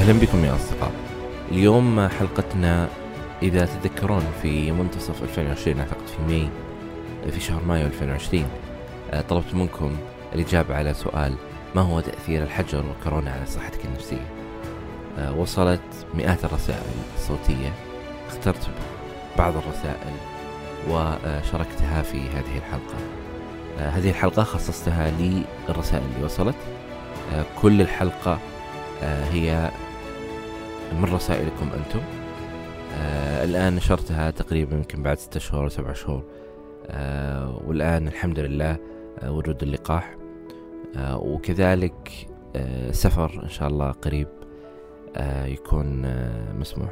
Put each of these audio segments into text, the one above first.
أهلا بكم يا أصدقاء. اليوم حلقتنا إذا تذكرون في منتصف 2020 أعتقد في شهر مايو 2020 طلبت منكم الإجابة على سؤال: ما هو تأثير الحجر وكورونا على صحتك النفسية؟ وصلت مئات الرسائل الصوتية، اخترت بعض الرسائل وشاركتها في هذه الحلقة. هذه الحلقة خصصتها للرسائل اللي وصلت. كل الحلقة هي من رسائلكم أنتم. الآن نشرتها تقريبا يمكن بعد 6 شهور 7 شهور، والآن الحمد لله وجود اللقاح، وكذلك سفر إن شاء الله قريب يكون مسموح.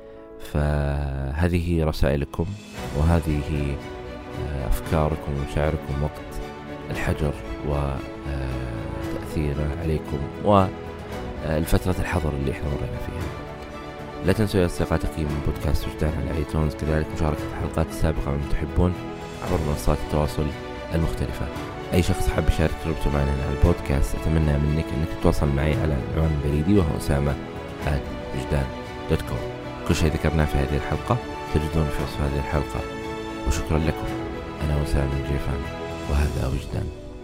فهذه رسائلكم وهذه أفكاركم ومشاعركم وقت الحجر وتأثيره عليكم والفترة الحظر اللي احنا مرينا فيها. لا تنسوا يا أصدقاء تقييم بودكاست وجدان على ايتونز، كذلك مشاركة الحلقات السابقة من تحبون عبر منصات التواصل المختلفة. أي شخص حاب يشارك تجربته معنا على البودكاست أتمنى منك أنك تتواصل معي على العنوان البريدي وهو أسامة@وجدان.com. كل شيء ذكرناه في هذه الحلقة تجدون في وصف هذه الحلقة. وشكرا لكم. أنا أسامة الجيفان وهذا وجدان.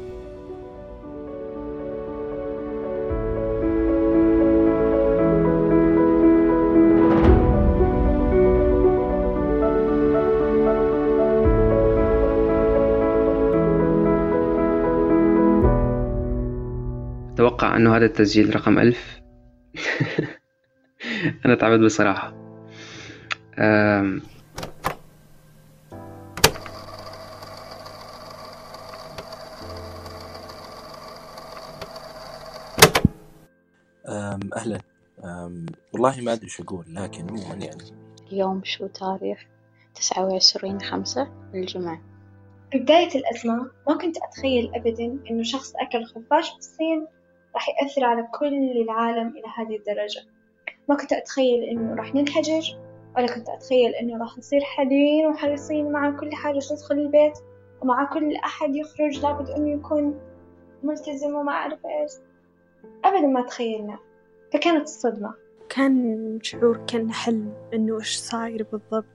أتوقع أنه هذا التسجيل رقم 1000. أنا تعبت بصراحة. أهلا. والله ما أدري شو أقول، لكن عموما يعني اليوم شو تاريخ 29/5 الجمعة. ببداية الأزمة ما كنت أتخيل أبداً إنه شخص أكل خفاش بالصين راح يأثر على كل العالم إلى هذه الدرجة. ما كنت أتخيل إنه راح ننحجر، ولا كنت أتخيل إنه راح نصير حذرين وحريصين مع كل حاجة تدخل البيت، ومع كل أحد يخرج لابد إنه يكون ملتزم وما أعرف إيش. أبداً ما تخيلنا، فكانت الصدمة. كان شعور كأنه حلم، إنه إيش صاير بالضبط،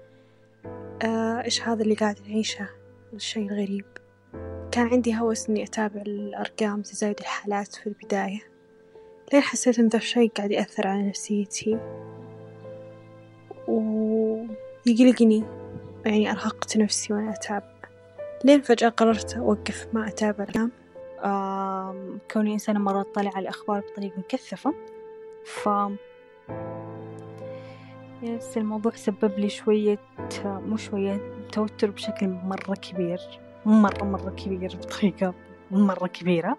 إيش هذا اللي قاعد نعيشه، الشيء الغريب. كان عندي هوس إني أتابع الأرقام تزايد الحالات في البداية، لين حسيت إن ذا الشيء قاعد يأثر على نفسيتي ويقلقني، يعني أرهقت نفسي وأنا أتابع، لين فجأة قررت أوقف ما أتابع الأرقام. كوني إنسانة مرة تطلع على الأخبار بطريقة مكثفة، الموضوع سبب لي شوية توتر بشكل مرة كبير، مرة كبير، بطريقة مرة كبيرة.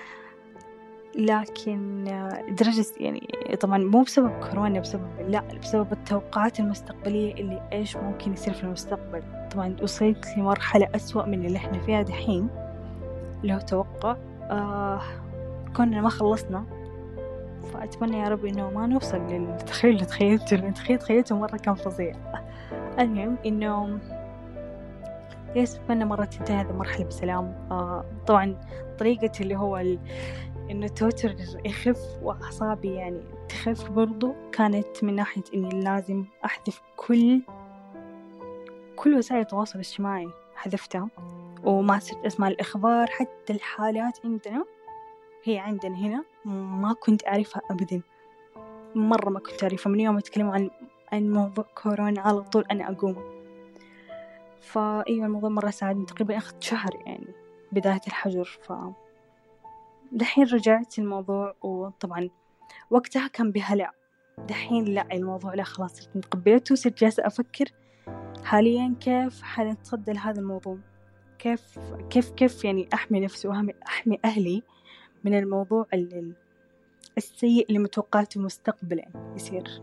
لكن درجة يعني طبعا مو بسبب كورونا، بسبب التوقعات المستقبلية اللي إيش ممكن يصير في المستقبل. طبعا وصلت لمرحلة أسوأ من اللي إحنا فيها دحين، اللي هو توقع كنا ما خلصنا. فأتمنى يا رب إنه ما نوصل للتخيل اللي تخيلته مرة كان فظيع. المهم إنه أتمنى مرة تنتهي هذه المرحلة بسلام. طبعا طريقة اللي هو إنه التوتر يخف وأعصابي يعني تخف برضو كانت من ناحية إني لازم أحذف كل وسائل التواصل الاجتماعي، حذفتها وما صرت أسمع الإخبار. حتى الحالات هي عندنا هنا ما كنت أعرفها أبدا، مرة ما كنت أعرفها. من يوم يتكلموا عن موضوع كورونا على طول أنا أقوم. فأيوة الموضوع مرة ساعدني، تقريبا أخذت شهر يعني بداية الحجر. دحين رجعت الموضوع، وطبعا وقتها كان بهلع، دحين لا، الموضوع لا خلاص صرت متقبلته، وصرت جالسة أفكر حاليا كيف حنتصدى لهذا الموضوع، كيف يعني أحمي نفسي وأحمي أهلي من الموضوع السيء اللي متوقعته مستقبلا يصير.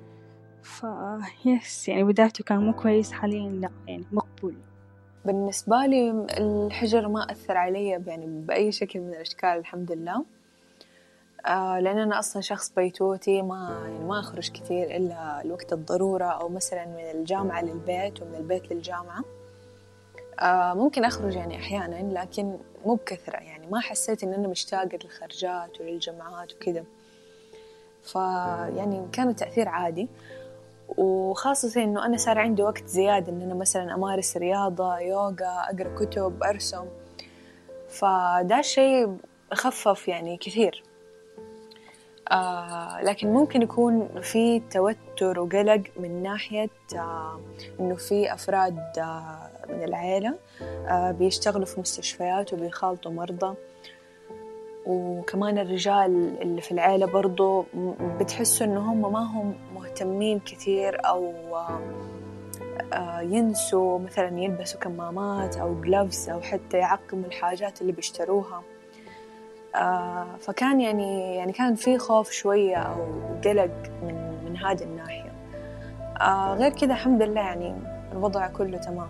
يس يعني بدايته كان مو كويس، حاليا لا يعني مقبول. بالنسبة لي الحجر ما أثر علي يعني بأي شكل من الأشكال الحمد لله. لأن أنا أصلا شخص بيتوتي، ما أخرج كثير إلا لوقت الضرورة، أو مثلا من الجامعة للبيت ومن البيت للجامعة. ممكن أخرج يعني أحيانا، لكن مو بكثرة. يعني ما حسيت إن أنا مشتاقة للخرجات وللجامعات وكذا. فيعني كان التأثير عادي. وخاصة إنه أنا صار عندي وقت زيادة إن أنا مثلا أمارس رياضة، يوغا، أقرأ كتب، أرسم، فده شيء خفف يعني كثير. لكن ممكن يكون في توتر وقلق من ناحية إنه في أفراد من العائلة بيشتغلوا في مستشفيات وبيخالطوا مرضى، وكمان الرجال اللي في العائلة برضو بتحسوا إنه هم ما هم مهتمين كثير، أو ينسوا مثلا يلبسوا كمامات أو جلوفز أو حتى يعقموا الحاجات اللي بيشتروها. فكان يعني كان في خوف شوية أو قلق من هذه الناحية. غير كده الحمد لله يعني الوضع كله تمام.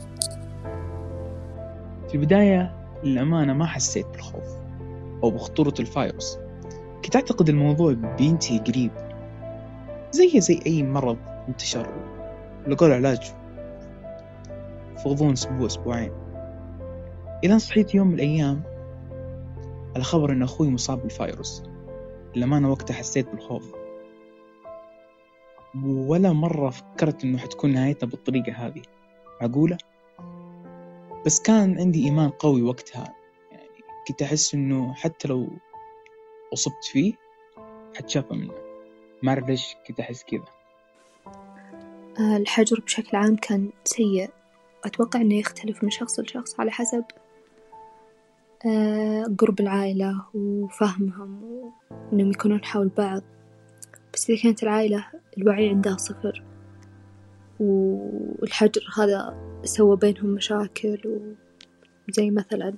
في البداية للأمانة ما حسيت بالخوف أو بخطورة الفيروس، كنت أعتقد الموضوع بينتهي قريب زي أي مرض انتشر ولقوا له علاج في غضون أسبوعين. إذا صحيت يوم من الأيام على خبر إن أخوي مصاب بالفيروس، للأمانة وقتها حسيت بالخوف، ولا مرة فكرت إنه حتكون نهايتنا بالطريقة هذه معقولة. بس كان عندي إيمان قوي وقتها، يعني كنت أحس إنه حتى لو أصبت فيه حتشافى منه. ما أعرف ليش كنت أحس كذا. الحجر بشكل عام كان سيء. أتوقع إنه يختلف من شخص لشخص على حسب قرب العائلة وفهمهم وإنهم يكونون حول بعض. بس إذا كانت العائلة الوعي عندها صفر والحجر هذا سوى بينهم مشاكل، وزي مثلا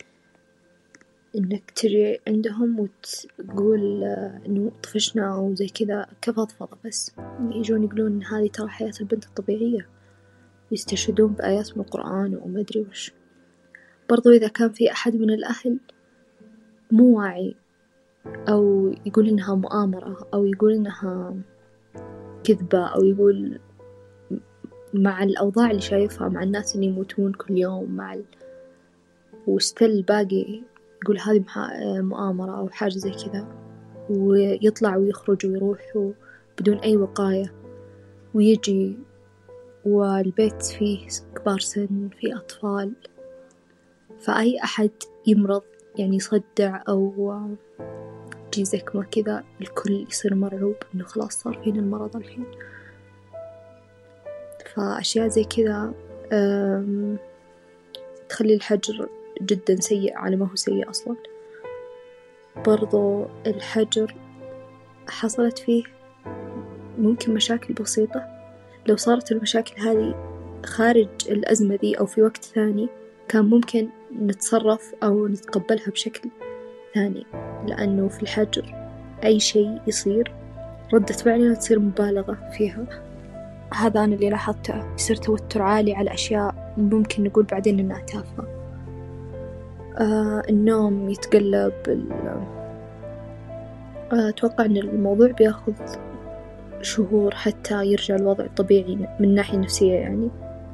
إنك تجي عندهم وتقول إنه طفشنا أو زي كذا كفضفضة، بس يجون يقولون إن هذه ترى حياة البنت الطبيعية، يستشهدون بآيات من القرآن وما أدري وش. برضو إذا كان في أحد من الأهل مو واعي أو يقول إنها مؤامرة أو يقول إنها كذبة أو يقول مع الأوضاع اللي شايفها مع الناس اللي يموتون كل يوم وستيل باقي يقول هذه مؤامرة أو حاجة زي كذا، ويطلع ويخرج ويروح بدون أي وقاية، ويجي والبيت فيه كبار سن فيه أطفال، فأي أحد يمرض يعني يصدع أو يجي زكمة كذا الكل يصير مرعوب إنه خلاص صار فينا المرض الحين. فأشياء زي كذا تخلي الحجر جدا سيء على ما هو سيء أصلا. برضو الحجر حصلت فيه ممكن مشاكل بسيطة، لو صارت المشاكل هذه خارج الأزمة دي أو في وقت ثاني كان ممكن نتصرف أو نتقبلها بشكل ثاني، لأنه في الحجر أي شيء يصير ردة فعلنا تصير مبالغة فيها. هذا أنا اللي لاحظته، يصير توتر عالي على أشياء ممكن نقول بعدين إنها تافهة. النوم يتقلب، أتوقع أن الموضوع بياخذ شهور حتى يرجع الوضع الطبيعي من الناحية النفسية يعني.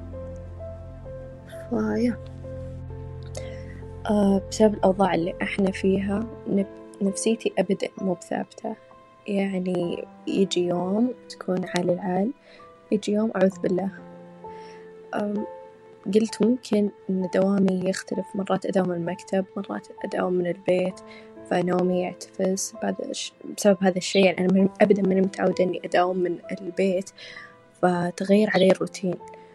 بسبب الأوضاع اللي إحنا فيها نفسيتي أبدأ مو بثابتة، يعني يجي يوم تكون عال العال، يجي يوم أعوذ بالله. قلت ممكن إن دوامي يختلف، مرات أداوم من المكتب، مرات أداوم من البيت، فنومي يعتفز بسبب هذا الشيء. يعني أنا أبداً من متعودة إني أداوم من البيت، فتغير علي الروتين.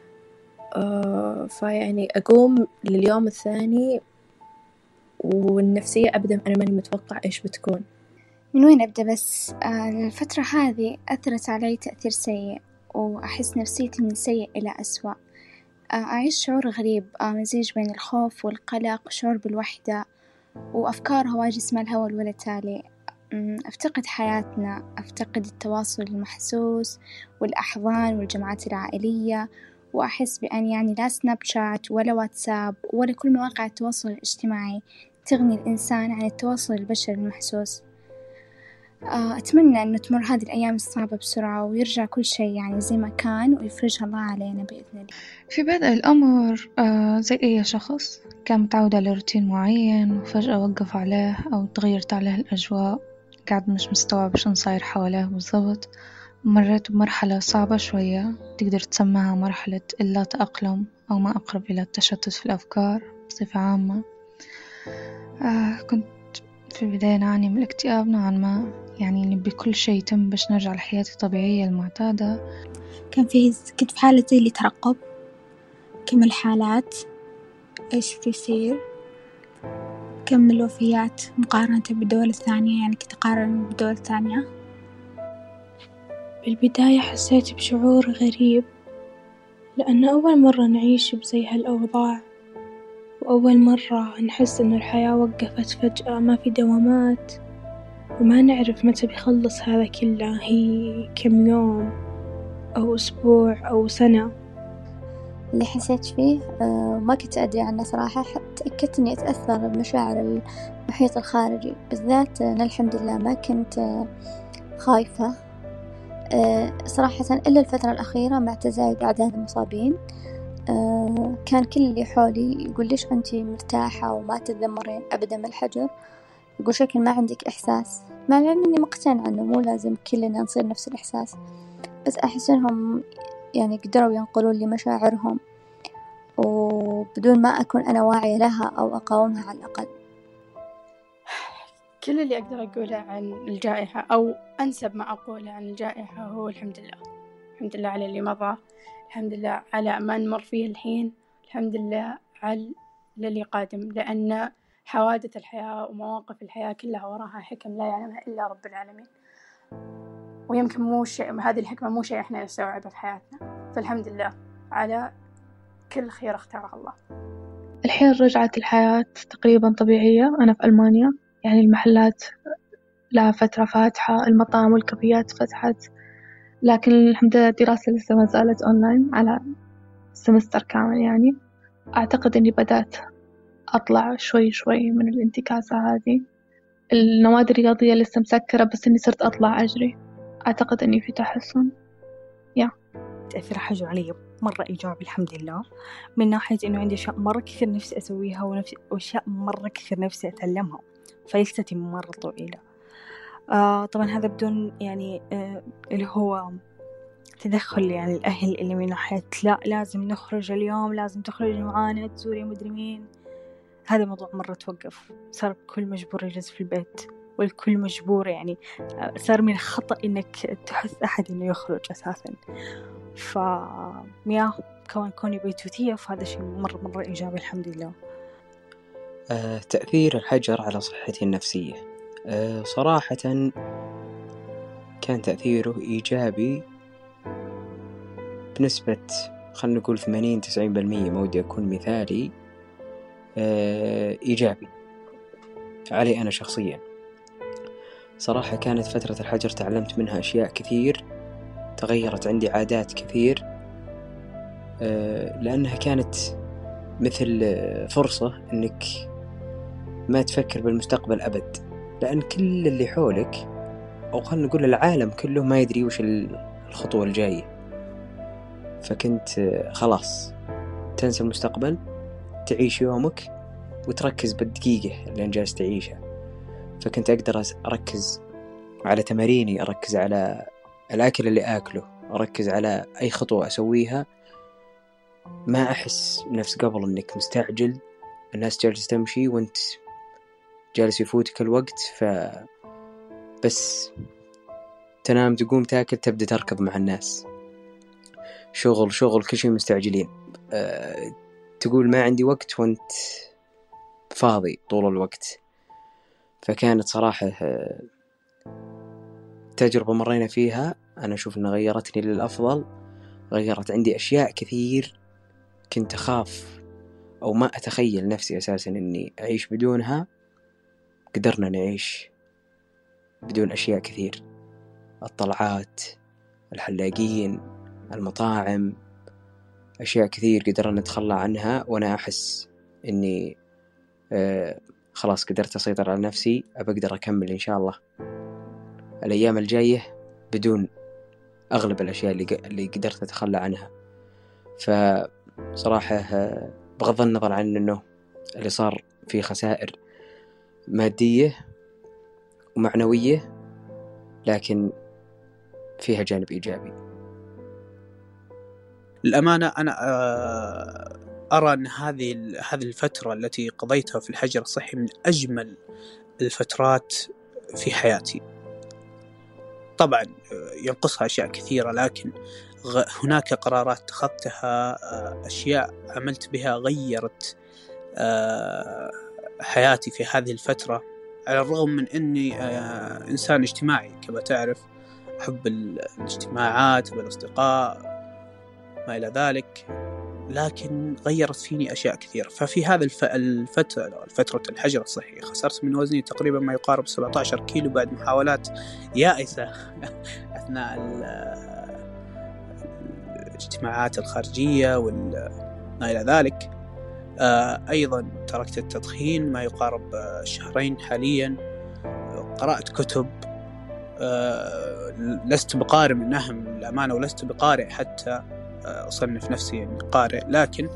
فيعني أقوم لليوم الثاني والنفسية أبداً أنا ماني متوقع إيش بتكون. من وين أبدأ؟ بس الفترة هذه أثرت علي تأثير سيء، وأحس نفسيتي من سيء إلى أسوأ. أعيش شعور غريب، مزيج بين الخوف والقلق، شعور بالوحدة، وأفكار هواجس ما الهوى ولا تالي. أفتقد حياتنا، أفتقد التواصل المحسوس والأحضان والجمعات العائلية، وأحس بأن يعني لا سناب شات ولا واتساب ولا كل مواقع التواصل الاجتماعي تغني الإنسان عن التواصل البشري المحسوس. أتمنى أن تمر هذه الأيام الصعبة بسرعة ويرجع كل شيء يعني زي ما كان ويفرجها الله علينا بإذن الله. في بدء الأمر زي أي شخص كان متعود على روتين معين وفجأة وقف عليه أو تغيرت عليه الأجواء، قاعد مش مستوعب شو صاير حوله بالضبط. مريت بمرحلة صعبة شوية، تقدر تسمعها مرحلة اللا تأقلم أو ما أقرب إلى التشتت في الأفكار بصفة عامة. كنت في البداية نعاني من الاكتئاب نوعا ما، يعني نبي كل شيء يتم باش نرجع لحياتي الطبيعية المعتادة. كنت في حالة زي اللي ترقب كم الحالات، إيش بيصير، كم الوفيات مقارنة بالدول الثانية، يعني كنت أقارن بالدول الثانية. بالبداية حسيت بشعور غريب، لأن أول مرة نعيش بزي هالأوضاع، وأول مرة نحس إنه الحياة وقفت فجأة، ما في دوامات، وما نعرف متى بيخلص هذا كله، هي كم يوم أو أسبوع أو سنة. اللي حسيت فيه ما كنت أدري عنه صراحة، تأكدت إني أتأثر بمشاعر المحيط الخارجي بالذات. أنا الحمد لله ما كنت خايفة صراحة إلا الفترة الأخيرة مع تزايد أعداد المصابين. كان كل اللي حولي يقول ليش أنتي مرتاحة وما تتذمرين أبدا من الحجر، يقول شكل ما عندك إحساس، مع العلم إني مقتنعة إنه مو لازم كلنا نصير نفس الإحساس، بس أحس إنهم يعني قدروا ينقلون لي مشاعرهم وبدون ما أكون أنا واعية لها أو أقاومها على الأقل. كل اللي أقدر أقوله عن الجائحة أو أنسب ما أقوله عن الجائحة هو الحمد لله. الحمد لله على اللي مضى، الحمد لله على ما نمر فيه الحين، الحمد لله على اللي قادم، لأن حوادث الحياة ومواقف الحياة كلها وراها حكم لا يعلمها إلا رب العالمين، ويمكن مو شيء، هذه الحكمة مو شيء إحنا نستوعبه في حياتنا، فالحمد لله على كل خير اختاره الله. الحين رجعت الحياة تقريبا طبيعية. أنا في ألمانيا، يعني المحلات لها فترة فاتحة، المطاعم والكافيات فتحت، لكن الحمد لله الدراسة لسه ما زالت أونلاين على سمستر كامل. يعني أعتقد أني بدأت أطلع شوي شوي من الانتكاسة هذه. النوادي الرياضية لسه مسكرة، بس أني صرت أطلع أجري، أعتقد أني في تحسن. تأثير حجر علي مرة إيجابي الحمد لله، من ناحية إنه عندي أشياء مرة كثير نفسي أسويها وأشياء مرة كثير نفسي أتعلمها، فلستي مرة طويلة. طبعا هذا بدون يعني اللي هو تدخل يعني الأهل اللي من ناحية لا لازم نخرج اليوم، لازم تخرج معانا تزوري مدري مين. هذا الموضوع مرة توقف، صار الكل مجبور يجلس في البيت، والكل مجبور يعني صار من الخطأ إنك تحث أحد إنه يخرج أساساً. كوني بيتوتية، فهذا شيء مرة إيجابي الحمد لله. تأثير الحجر على صحتي النفسية صراحة كان تأثيره إيجابي بنسبة خلنا نقول 80-90%، ما ودي أكون مثالي، إيجابي علي أنا شخصيا. صراحة كانت فترة الحجر تعلمت منها أشياء كثير، تغيرت عندي عادات كثير، لأنها كانت مثل فرصة أنك ما تفكر بالمستقبل أبد، لأن كل اللي حولك أو خلنا نقول العالم كله ما يدري وش الخطوة الجاية، فكنت خلاص تنسى المستقبل، تعيش يومك وتركز بالدقيقة اللي جالس تعيشها. فكنت أقدر أركز على تماريني، أركز على الأكل اللي أكله، أركز على أي خطوة أسويها، ما أحس نفس قبل أنك مستعجل، الناس جالس تمشي وأنت جالس يفوتك الوقت، فبس تنام تقوم تاكل تبدأ تركض مع الناس، شغل كل شيء مستعجلين، تقول ما عندي وقت وأنت فاضي طول الوقت. فكانت صراحة تجربة مرينا فيها، أنا أشوف أنها غيرتني للأفضل، غيرت عندي أشياء كثير كنت أخاف أو ما أتخيل نفسي أساسا أني أعيش بدونها. قدرنا نعيش بدون أشياء كثير، الطلعات، الحلاقين، المطاعم، أشياء كثير قدرنا نتخلى عنها، وأنا أحس أني خلاص قدرت أسيطر على نفسي، أقدر أكمل إن شاء الله الأيام الجاية بدون أغلب الأشياء اللي قدرت أتخلى عنها. فصراحة بغض النظر عن أنه اللي صار فيه خسائر مادية ومعنوية، لكن فيها جانب إيجابي. الأمانة أنا أرى أن هذه الفترة التي قضيتها في الحجر الصحي من أجمل الفترات في حياتي. طبعا ينقصها أشياء كثيرة، لكن هناك قرارات اتخذتها، أشياء عملت بها غيرت حياتي في هذه الفترة. على الرغم من أني إنسان اجتماعي كما تعرف، أحب الاجتماعات والأصدقاء ما إلى ذلك، لكن غيرت فيني أشياء كثيرة. ففي هذا فترة الحجر الصحي خسرت من وزني تقريبا ما يقارب 17 كيلو بعد محاولات يائسة أثناء الاجتماعات الخارجية وما إلى ذلك. أيضا تركت التدخين ما يقارب 2 شهرين حاليا. قرأت كتب، لست بقارئ من أهم الأمانة، ولست بقارئ حتى أصنف نفسي يعني قارئ، لكن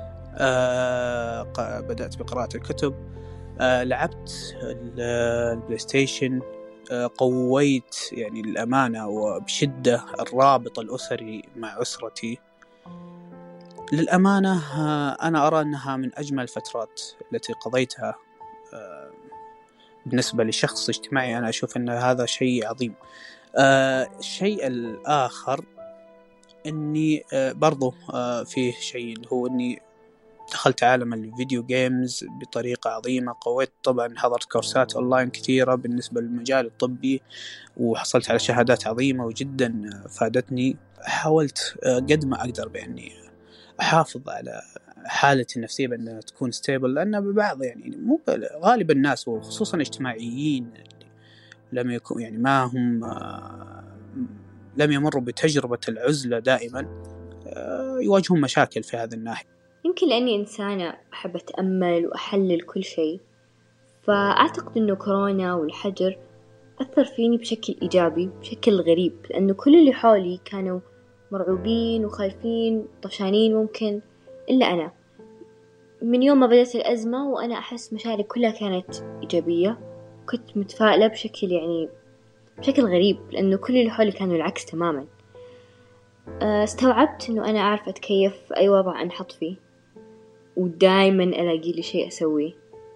بدأت بقراءة الكتب. لعبت البلاي ستيشن، قويت يعني الأمانة وبشدة الرابط الأسري مع أسرتي. للأمانة أنا أرى أنها من أجمل الفترات التي قضيتها. بالنسبة لشخص اجتماعي أنا أشوف أن هذا شيء عظيم. الشيء الآخر أني برضو فيه شيء اللي هو أني دخلت عالم الفيديو جيمز بطريقة عظيمة. قويت طبعا، حضرت كورسات أونلاين كثيرة بالنسبة للمجال الطبي، وحصلت على شهادات عظيمة وجدا فادتني. حاولت قد ما أقدر بأني أحافظ على حالتي النفسية بأنها تكون ستيبل، لأن ببعض يعني مو غالب الناس وخصوصا اجتماعيين لم يكن يعني ما هم لم يمروا بتجربة العزلة دائما، يواجهون مشاكل في هذا الناحية. يمكن لأني إنسانة أحب أتأمل وأحلل كل شيء، فأعتقد أنه كورونا والحجر أثر فيني بشكل إيجابي بشكل غريب، لأنه كل اللي حولي كانوا مرعوبين وخايفين طفشانين ممكن، إلا أنا من يوم ما بدأت الأزمة وأنا أحس مشاعري كلها كانت إيجابية. كنت متفائلة بشكل غريب، لأنه كل اللي حولي كانوا العكس تماما. استوعبت أنه أنا أعرف أتكيف في أي وضع أنحط فيه، ودائما ألاقي لي شيء أسويه.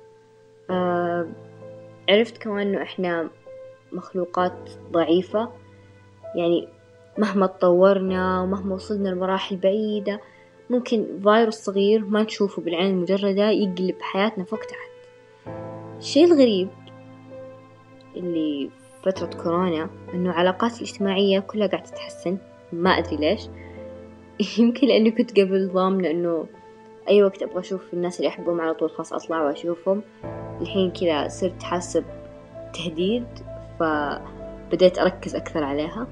عرفت كمان أنه إحنا مخلوقات ضعيفة، يعني مهما تطورنا ومهما وصلنا لمراحل بعيدة ممكن فيروس صغير ما نشوفه بالعين المجردة يقلب حياتنا فوق تحت. الشيء الغريب اللي فترة كورونا أنه علاقاتي الاجتماعية كلها قاعدة تتحسن، ما أدري ليش. يمكن لأني كنت قبل ضامنة أنه أي وقت أبغى أشوف الناس اللي أحبهم على طول خلاص أطلع وأشوفهم. الحين كذا صرت حاسة تهديد، فبدأت أركز أكثر عليها.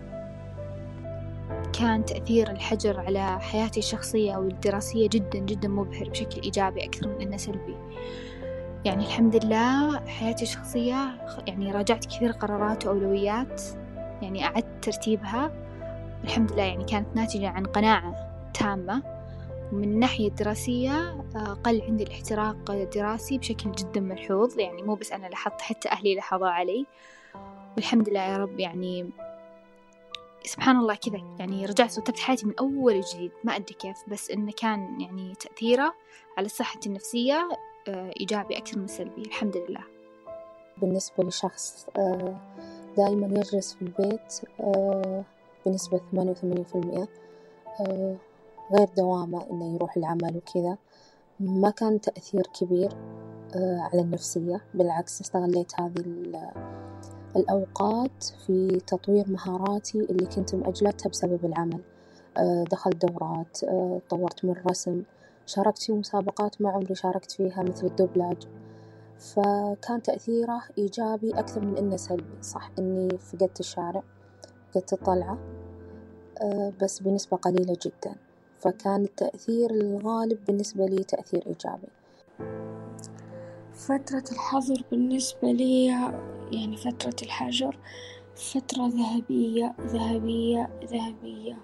كان تأثير الحجر على حياتي الشخصية والدراسية جدا جدا مبهر بشكل إيجابي أكثر من إنه سلبي. يعني الحمد لله حياتي الشخصية يعني راجعت كثير قرارات وأولويات، يعني أعدت ترتيبها الحمد لله، يعني كانت ناتجة عن قناعة تامة. ومن الناحية الدراسية قل عندي الاحتراق الدراسي بشكل جدا ملحوظ، يعني مو بس أنا لاحظت، حتى أهلي لاحظوا علي، والحمد لله يا رب. يعني سبحان الله كذا، يعني رجعت رتبت حياتي من أول وجديد، ما أدري كيف، بس إنه كان يعني تأثيره على صحتي النفسية إيجابي أكثر من سلبي الحمد لله. بالنسبة لشخص دائما يجلس في البيت بنسبة 88%، غير دوامة إنه يروح العمل وكذا، ما كان تأثير كبير على النفسية. بالعكس استغليت هذه الأوقات في تطوير مهاراتي اللي كنت مأجلتها بسبب العمل. دخلت دورات، طورت من الرسم، شاركت في مسابقات ما عمري شاركت فيها مثل الدوبلاج، فكان تأثيره إيجابي أكثر من إنه سلبي. صح إني فقدت الشارع، فقدت الطلعة، بس بنسبة قليلة جدا، فكان التأثير الغالب بالنسبة لي تأثير إيجابي. فترة الحظر بالنسبة لي يعني فترة الحجر فترة ذهبية ذهبية ذهبية،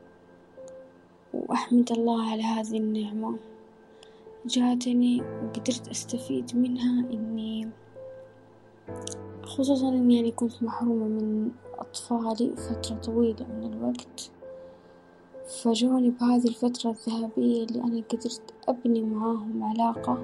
وأحمد الله على هذه النعمة جاتني وقدرت أستفيد منها، إني خصوصا إني يعني كنت محرومة من أطفالي فترة طويلة من الوقت، فجوني بهذه الفترة الذهبية اللي أنا قدرت أبني معاهم علاقة،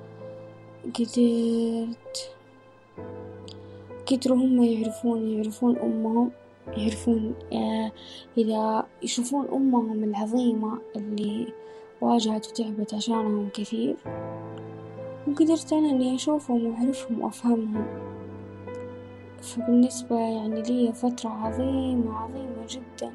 قدروا هم يعرفون أمهم، يعرفون إذا يشوفون أمهم العظيمة اللي واجهت وتعبت عشانهم كثير، وقدرت أنا إني أشوفهم وأعرفهم وأفهمهم. فبالنسبة يعني لي فترة عظيمة جدا،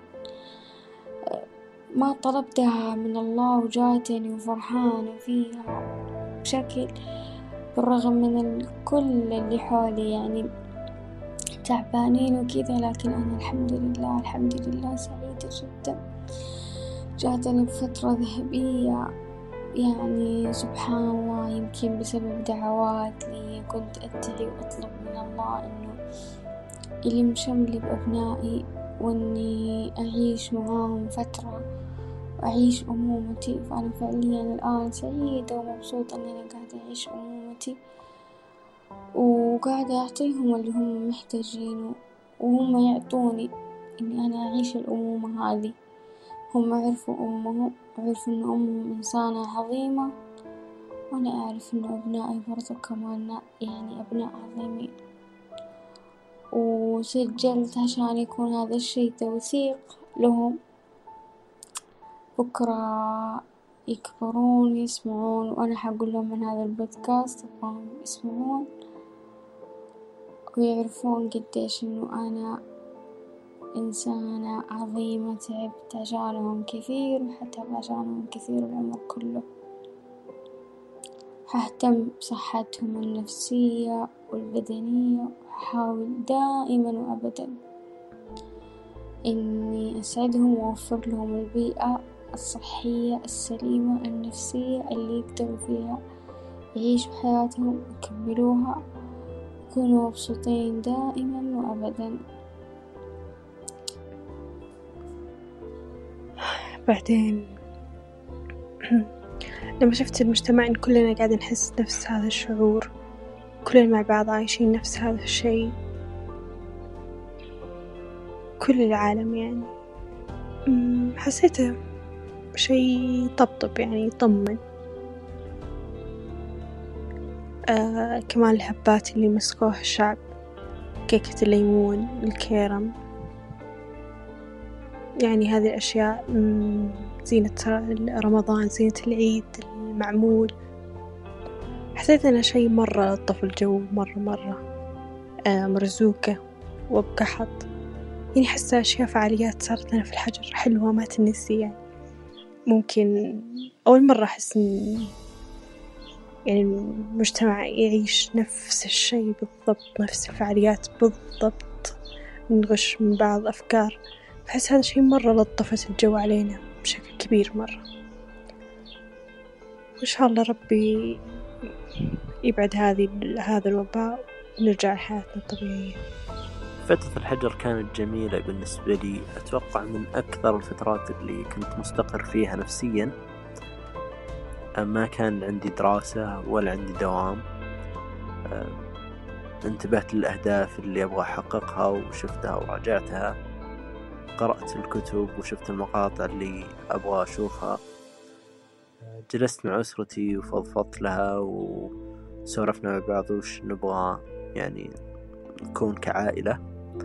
ما طلبتها من الله وجاتني وفرحانة فيها بشكل، بالرغم من كل اللي حولي يعني تعبانين وكذا، لكن أنا الحمد لله سعيدة جدا. جاتني بفترة ذهبية يعني سبحان الله، يمكن بسبب دعوات لي كنت أدعي وأطلب من الله إنه يلم شملي بأبنائي وإني أعيش معاهم فترة وأعيش أمومتي. فأنا فعليا الآن سعيدة ومبسوطة إني أنا قاعدة أعيش أمومتي وقاعدة أعطيهم اللي هم محتاجينه، وهم يعطوني إني أنا أعيش الأمومة هذه. هم عرفوا أمهم وعرفوا إن أمهم إنسانة عظيمة، وأنا أعرف إن أبنائي برضو كمان يعني أبناء عظيمين، وسجلت عشان يكون هذا الشي توثيق لهم بكرة يكبرون ويسمعون، وأنا حقول لهم من هذا البودكاست أبغاهم يسمعون ويعرفون قديش إنه أنا إنسانة عظيمة تعبت عشانهم كثير وحتعب عشانهم كثير العمر كله. ههتم بصحتهم النفسية والبدنية، وأحاول دائما وأبدا إني أسعدهم وأوفر لهم البيئة الصحية السليمة النفسية اللي يقدروا فيها يعيشوا حياتهم ويكملوها، يكونوا مبسوطين دائما وأبدا. بعدين لما شفت المجتمع إن كلنا قاعدين نحس نفس هذا الشعور، كلنا مع بعض عايشين نفس هذا الشيء، كل العالم يعني، حسيته شيء طبطب يعني يطمن. كمان الهبات اللي مسكوها الشعب، كيكة الليمون، الكرم، يعني هذه الأشياء، زينة رمضان، زينة العيد، المعمول، حسيت أنها شيء مرة لطف الجو، مرة مرزوقة وبقحط. يعني حاسة أشياء فعاليات صارت لنا في الحجر حلوة ما تنسي. يعني ممكن أول مرة أحس إن يعني المجتمع يعيش نفس الشيء بالضبط، نفس الفعاليات بالضبط، نغش من بعض أفكار. بحس هذا الشيء مرة لطفت الجو علينا بشكل كبير مرة. وإن شاء الله ربي يبعد هذا الوباء ونرجع لحياتنا الطبيعية. فترة الحجر كانت جميلة بالنسبة لي، أتوقع من أكثر الفترات اللي كنت مستقر فيها نفسيا. ما كان عندي دراسة ولا عندي دوام، انتبهت للأهداف اللي أبغى أحققها وشفتها وراجعتها، قرأت الكتب وشفت المقاطع اللي أبغى أشوفها، جلست مع أسرتي وفضفضت لها وسولفنا مع بعض وش نبغى يعني نكون كعائلة.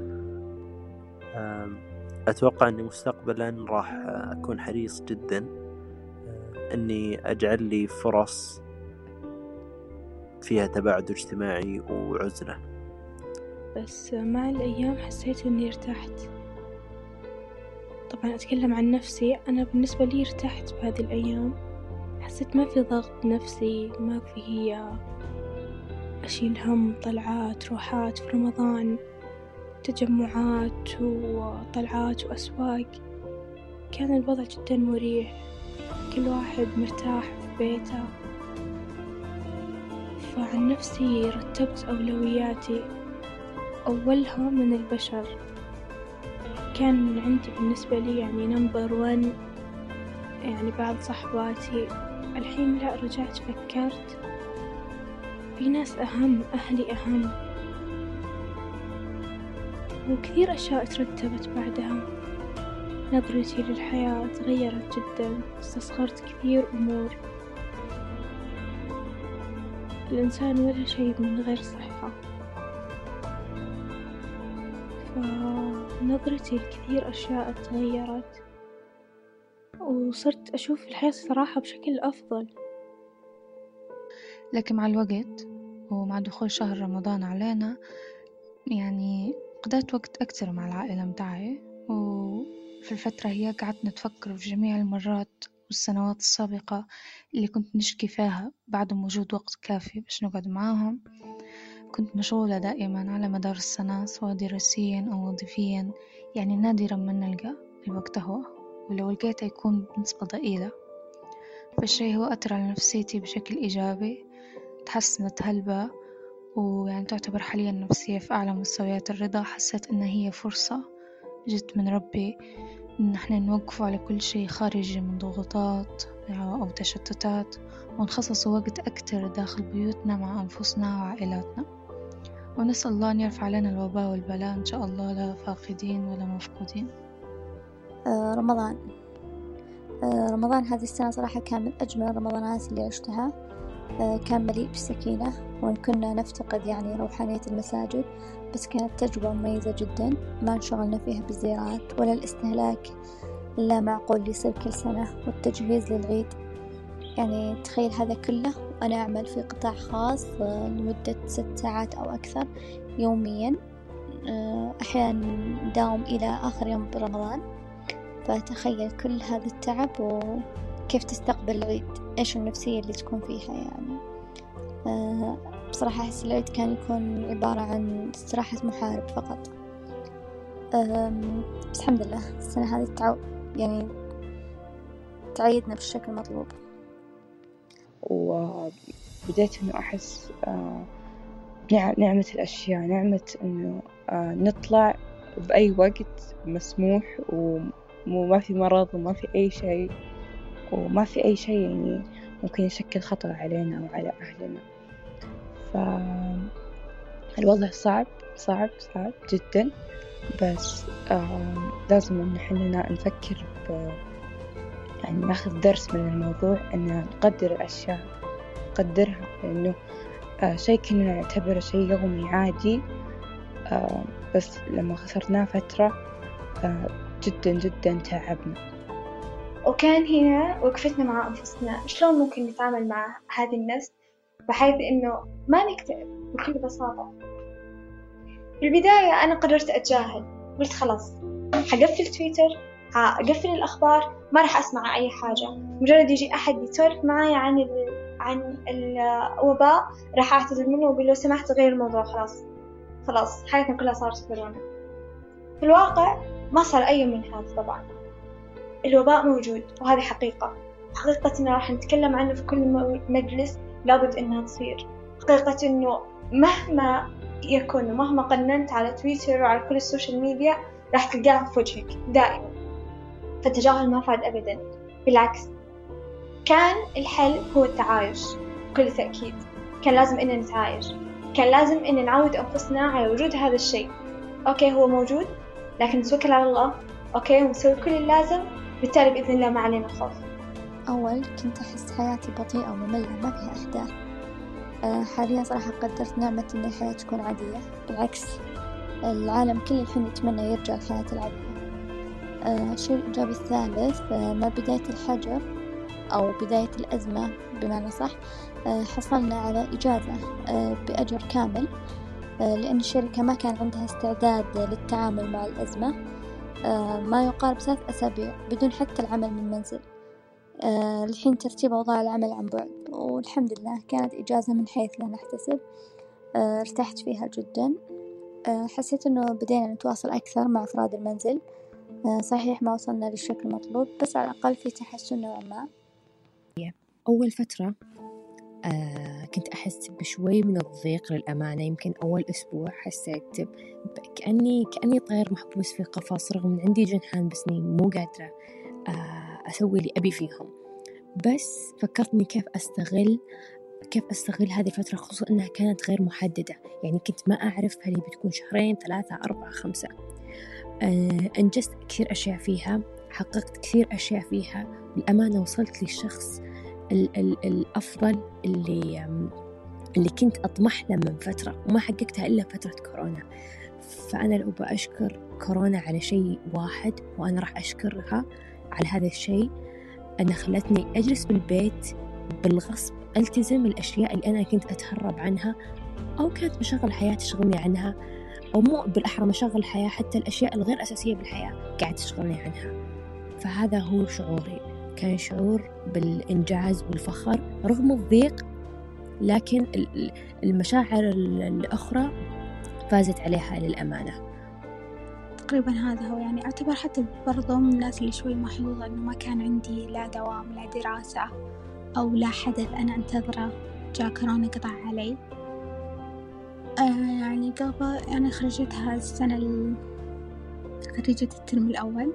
أتوقع أني مستقبلا راح أكون حريص جدا أني أجعل لي فرص فيها تباعد اجتماعي وعزلة. بس مع الأيام حسيت أني ارتحت. طبعا أتكلم عن نفسي، أنا بالنسبة لي ارتحت بهذه الأيام، حسيت ما في ضغط نفسي، ما في أشيل هم طلعات روحات في رمضان، تجمعات وطلعات وأسواق. كان الوضع جدا مريح، كل واحد مرتاح في بيته. فعن نفسي رتبت أولوياتي، أولها من البشر. كان عندي بالنسبة لي يعني نمبر 1 يعني بعض صحباتي. الحين لا، رجعت فكرت في ناس أهم، أهلي أهم، وكثير أشياء ترتبت بعدها. نظرتي للحياة تغيرت جدا، استصغرت كثير أمور. الإنسان ولا شيء من غير صحة، فنظرتي لكثير أشياء تغيرت، وصرت أشوف الحياة صراحة بشكل أفضل. لكن مع الوقت ومع دخول شهر رمضان علينا، يعني قضيت وقت أكتر مع العائلة متاعي، وفي الفترة هي قعدت نتفكر في جميع المرات والسنوات السابقة اللي كنت نشكي فيها بعدم وجود وقت كافي باش نقعد معاهم. كنت مشغولة دائما على مدار السنة، سواء دراسيا أو وظيفيا، يعني نادرا ما نلقى الوقت هو، ولو لقيته يكون بنسبة ضئيلة. فالشي هو أثر على نفسيتي بشكل إيجابي، تحسنت هلبة، ويعني تعتبر حاليا نفسية في أعلى مستويات الرضا. حسيت إن هي فرصة جت من ربي إن احنا نوقف على كل شيء خارجي من ضغوطات أو تشتتات، ونخصص وقت أكتر داخل بيوتنا مع أنفسنا وعائلاتنا. ونسأل الله أن يرفع لنا الوباء والبلاء إن شاء الله، لا فاقدين ولا مفقودين. رمضان هذه السنة صراحة كان من أجمل الرمضانات اللي عشتها. كان مليء بالسكينة، وإن كنا نفتقد يعني روحانية المساجد، بس كانت تجربة مميزة جدا. ما انشغلنا فيها بالزيارات ولا الاستهلاك لا معقول اللي يصير كل سنة، والتجهيز للعيد. يعني تخيل هذا كله وأنا أعمل في قطاع خاص لمدة 6 ساعات أو أكثر يوميا، أحيانا داوم إلى آخر يوم برمضان. فتخيل كل هذا التعب وكيف تستقبل العيد، إيش النفسية اللي تكون فيها. يعني بصراحة أحس العيد كان يكون عبارة عن استراحة محارب فقط. بس الحمد لله السنة هذه يعني تعيدنا بالشكل المطلوب. وبديت إنه أحس نعمة الأشياء، نعمة إنه نطلع بأي وقت مسموح، وما في مرض وما في أي شيء، وما في أي شيء يعني ممكن يشكل خطر علينا أو على أهلنا. فالوضع صعب صعب صعب جدا، بس لازم إن إحنا نفكر يعني ناخذ درس من الموضوع، إن نقدر الأشياء، نقدرها، لأنه شيء كنا نعتبره شيء يومي عادي، بس لما خسرناه فترة جدا جدا تعبنا. وكان هنا وقفتنا مع أنفسنا، شلون ممكن نتعامل مع هذه النفس بحيث إنه ما نكتئب بكل بساطة. في البداية أنا قررت أتجاهل، قلت خلاص حقفل تويتر، حقفل الأخبار، ما راح أسمع أي حاجة. مجرد يجي أحد يسولف معي عن الوباء راح أعتذر منه وأقول له سمحت غير الموضوع، خلاص حياتنا كلها صارت كورونا. في الواقع ما صار أي من هذا. طبعا الوباء موجود وهذه حقيقة إنه راح نتكلم عنه في كل مجلس، لابد إنها تصير حقيقة. إنه مهما يكون ومهما قننت على تويتر وعلى كل السوشيال ميديا راح تلقاها في وجهك دائما. فالتجاهل ما فاد أبدا، بالعكس كان الحل هو التعايش. بكل تأكيد كان لازم إننا نتعايش، كان لازم إن نعود أنفسنا على وجود هذا الشيء. أوكي هو موجود، لكن نتوكل على الله، أوكي ونسوي كل اللازم، بالتالي بإذن الله ما علينا خوف. أول كنت أحس حياتي بطيئة ومملة ما فيها أحداث. حاليا صراحة قدرت نعمة إن الحياة تكون عادية. بالعكس العالم كله الحين يتمنى يرجع الحياة العادية. الشيء الإيجابي الثالث مع بداية الحجر أو بداية الأزمة بمعنى صح، حصلنا على إجازة بأجر كامل، لأن الشركة ما كان عندها استعداد للتعامل مع الأزمة. ما يقارب 3 أسابيع بدون حتى العمل من منزل. الحين ترتيب أوضاع العمل عن بعد، والحمد لله كانت إجازة من حيث لا نحتسب. ارتحت فيها جدا. حسيت أنه بدينا نتواصل أكثر مع أفراد المنزل. صحيح ما وصلنا للشكل المطلوب، بس على الأقل في تحسن نوعا ما. أول فترة كنت أحس بشوي من الضيق للأمانة. يمكن أول أسبوع حسيت كأني طير محبوس في قفص، رغم أن عندي جنحان بس مو قادرة أسوي اللي أبي فيهم. بس فكرتني كيف أستغل كيف أستغل هذه الفترة، خصوصا أنها كانت غير محددة. يعني كنت ما أعرف هل بتكون 2 3 4 5. أنجزت كثير أشياء فيها، حققت كثير أشياء فيها. بالأمانة وصلت للشخص الأفضل اللي كنت أطمح له من فترة، وما حققتها إلا فترة كورونا. فأنا لو بأشكر كورونا على شيء واحد، وأنا راح أشكرها على هذا الشيء، أنها خلتني أجلس بالبيت بالغصب، ألتزم الأشياء اللي أنا كنت أتهرب عنها، أو كانت مشاغل الحياة تشغلني عنها، أو مو بالأحرى مشاغل الحياة، حتى الأشياء الغير أساسية بالحياة قاعد تشغلني عنها. فهذا هو شعوري، كان شعور بالإنجاز والفخر رغم الضيق، لكن المشاعر الأخرى فازت عليها للأمانة. تقريبا هذا هو، يعني أعتبر حتى برضو من الناس اللي شوي محظوظة إنه ما كان عندي لا دوام لا دراسة أو لا حدث أنا أنتظره، جاء كورونا قطع علي. يعني قبل أنا خرجتها السنة خريجة الترم الأول،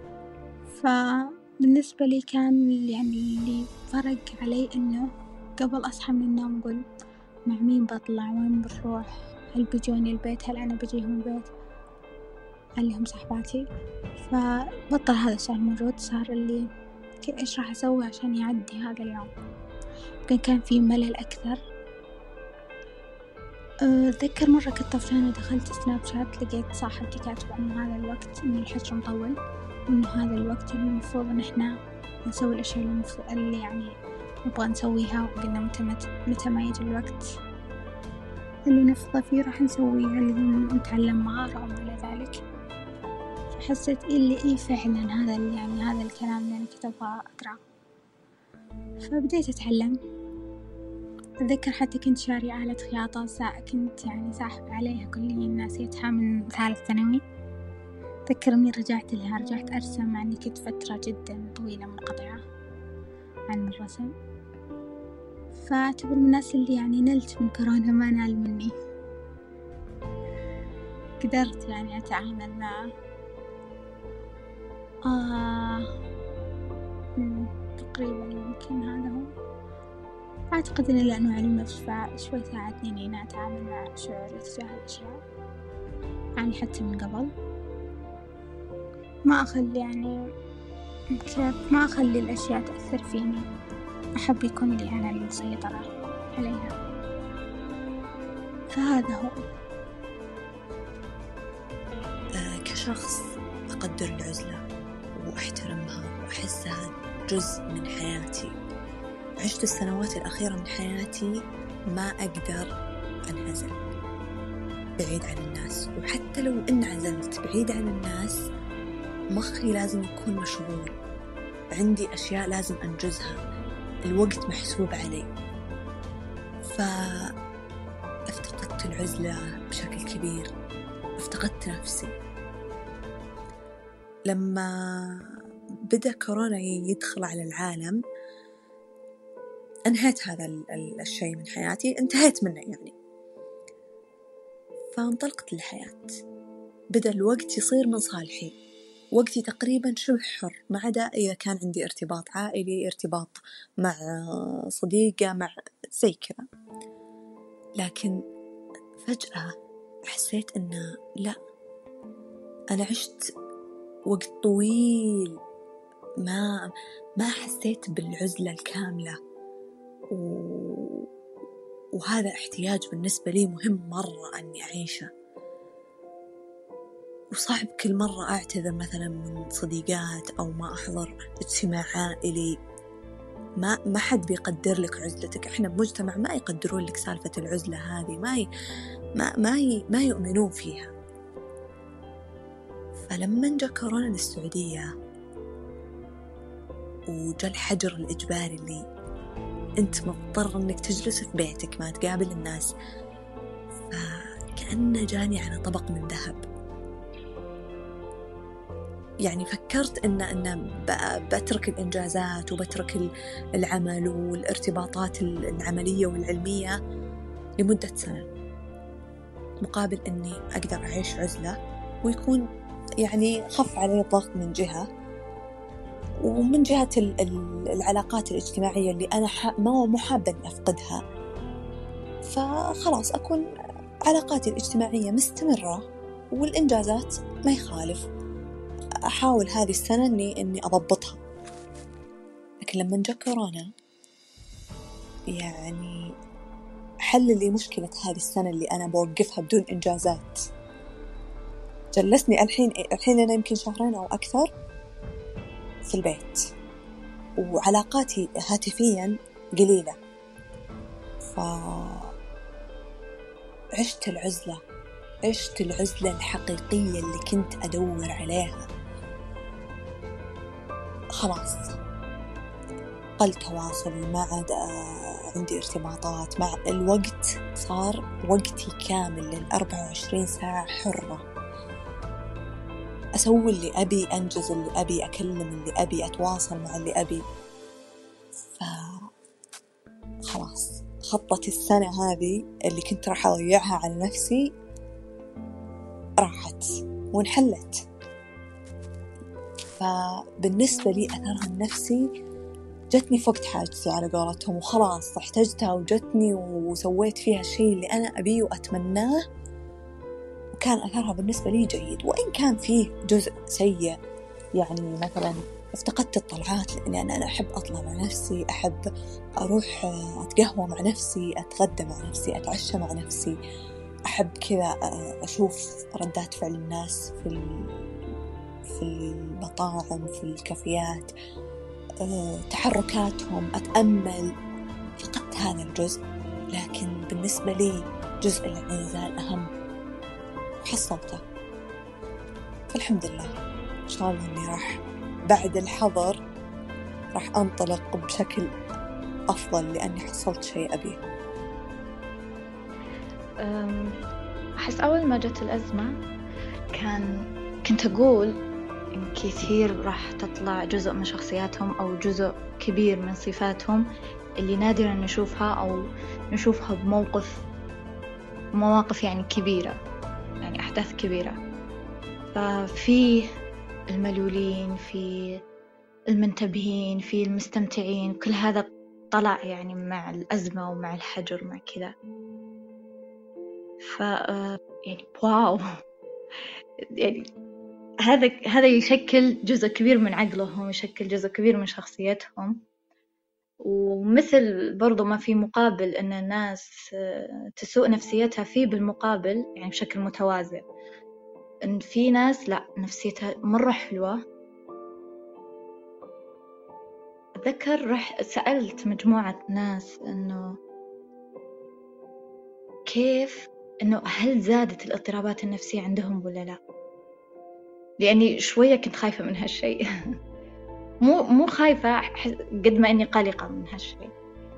فبالنسبة لي كان يعني اللي فرق علي إنه قبل أصحى من النوم أقول مع مين بطلع، وين بنروح، هل بيجوني البيت، هل أنا بجيهم البيت، هل هم صاحباتي. فبطل هذا الشيء موجود، صار اللي إيش راح أسوي عشان يعدي هذا اليوم. كان في ملل أكثر. أتذكر مرة كنت طفشانة دخلت سناب شات، لقيت صاحبتي كاتبة إنه هذا الوقت إنه الحجر مطول، وإنه هذا الوقت اللي المفروض إن إحنا نسوي الأشياء اللي يعني نبغى نسويها، وقلنا متى ما يجي الوقت اللي نفضى فيه راح نسويها، اللي هو نتعلم مهارة وما إلى ذلك. فحسيت إيه فعلا هذا يعني هذا الكلام اللي أنا كنت أبغى أقرأه. فبديت أتعلم. أتذكر حتى كنت شارية آلة خياطة، كنت يعني ساحب عليها كليا، ناسيتها من 3 ثانوي. أتذكر إني رجعت أرسم، مع إني كنت فترة جدا طويلة منقطعة عن الرسم. فأعتبر من الناس اللي يعني نلت من كورونا ما نال مني، قدرت يعني أتعامل معه. تقريبا يمكن هذا هو. أعتقد إن لأنه علم نفس شوي ساعدني إني أتعامل مع شعوري تجاه الأشياء، يعني حتى من قبل ما أخلي الأشياء تأثر فيني، أحب يكون لي أنا السيطرة عليها. فهذا هو. كشخص أقدر العزلة وأحترمها وأحسها جزء من حياتي. عشت السنوات الأخيرة من حياتي ما أقدر أنعزل بعيد عن الناس، وحتى لو انعزلت بعيد عن الناس مخي لازم يكون مشغول، عندي أشياء لازم أنجزها، الوقت محسوب علي. فافتقدت العزلة بشكل كبير، افتقدت نفسي. لما بدأ كورونا يدخل على العالم انهيت هذا الشيء من حياتي، انتهيت منه يعني. فانطلقت للحياة، بدأ الوقت يصير من صالحي، وقتي تقريبا شبه حر، ما عدا إذا كان عندي ارتباط عائلي، ارتباط مع صديقة، مع زي كذا. لكن فجأة حسيت إنه لا، أنا عشت وقت طويل ما حسيت بالعزلة الكاملة، وهذا احتياج بالنسبة لي مهم مرة أني أعيشه. وصعب كل مرة أعتذر مثلا من صديقات أو ما أحضر اجتماع عائلي، ما حد بيقدر لك عزلتك. إحنا بمجتمع ما يقدرون لك سالفة العزلة هذه، ما يؤمنون فيها. فلما جاء كورونا للسعودية وجاء الحجر الإجباري اللي أنت مضطر أنك تجلس في بيتك ما تقابل الناس، فكأنه جاني على طبق من ذهب. يعني فكرت أن بترك الإنجازات وبترك العمل والارتباطات العملية والعلمية لمدة سنة، مقابل أني أقدر أعيش عزلة ويكون يعني خف علي الضغط من جهة، ومن جهة العلاقات الاجتماعية اللي أنا مو حابة أني أفقدها، فخلاص أكون علاقاتي الاجتماعية مستمرة والإنجازات ما يخالف. أحاول هذه السنة إني أضبطها. لكن لما جاء كورونا يعني حل لي مشكلة هذه السنة اللي أنا بوقفها بدون إنجازات. جلسني الحين أنا يمكن 2 شهر أو أكثر في البيت، وعلاقاتي هاتفيا قليلة، فعشت العزلة الحقيقية اللي كنت أدور عليها. خلاص قل تواصلي، ما عاد عندي ارتباطات، مع الوقت صار وقتي كامل 24 ساعة حرة، أسوي اللي أبي، أنجز اللي أبي، أكلم اللي أبي، أتواصل مع اللي أبي. خلاص خطة السنة هذه اللي كنت راح أضيعها على نفسي راحت وانحلت. فبالنسبة لي أثرها النفسي جتني فوق حاجتي على قولتهم، وخلاص احتجتها وجتني وسويت فيها الشيء اللي أنا أبيه وأتمناه، وكان أثرها بالنسبة لي جيد. وإن كان فيه جزء سيء، يعني مثلا افتقدت الطلعات، لأني أنا أحب أطلع مع نفسي، أحب أروح أتقهوى مع نفسي، أتغدى مع نفسي، أتعشى مع نفسي، أحب كذا أشوف ردات فعل الناس في المطاعم، في الكافيات، تحركاتهم، أتأمل. فقدت هذا الجزء، لكن بالنسبة لي جزء الانعزال أهم، حصلته. فالحمد لله إن شاء الله أني راح بعد الحظر راح أنطلق بشكل أفضل، لأني حصلت شيء أبيه. أحس أول ما جت الأزمة كنت أقول إن كثير راح تطلع جزء من شخصياتهم أو جزء كبير من صفاتهم اللي نادرا نشوفها أو نشوفها بمواقف يعني كبيرة، يعني أحداث كبيرة. ففي الملولين، في المنتبهين، في المستمتعين، كل هذا طلع يعني مع الأزمة ومع الحجر مع كذا. يعني واو، يعني هذا يشكل جزء كبير من عقلهم، يشكل جزء كبير من شخصيتهم. ومثل برضو ما في مقابل أن الناس تسوء نفسيتها، في بالمقابل يعني بشكل متوازن أن في ناس لا نفسيتها مرة حلوة. أتذكر سألت مجموعة ناس أنه كيف، أنه هل زادت الاضطرابات النفسية عندهم ولا لا؟ لأني شوية كنت خايفة من هالشيء. مو خايفة قد ما إني قلقة من هالشيء،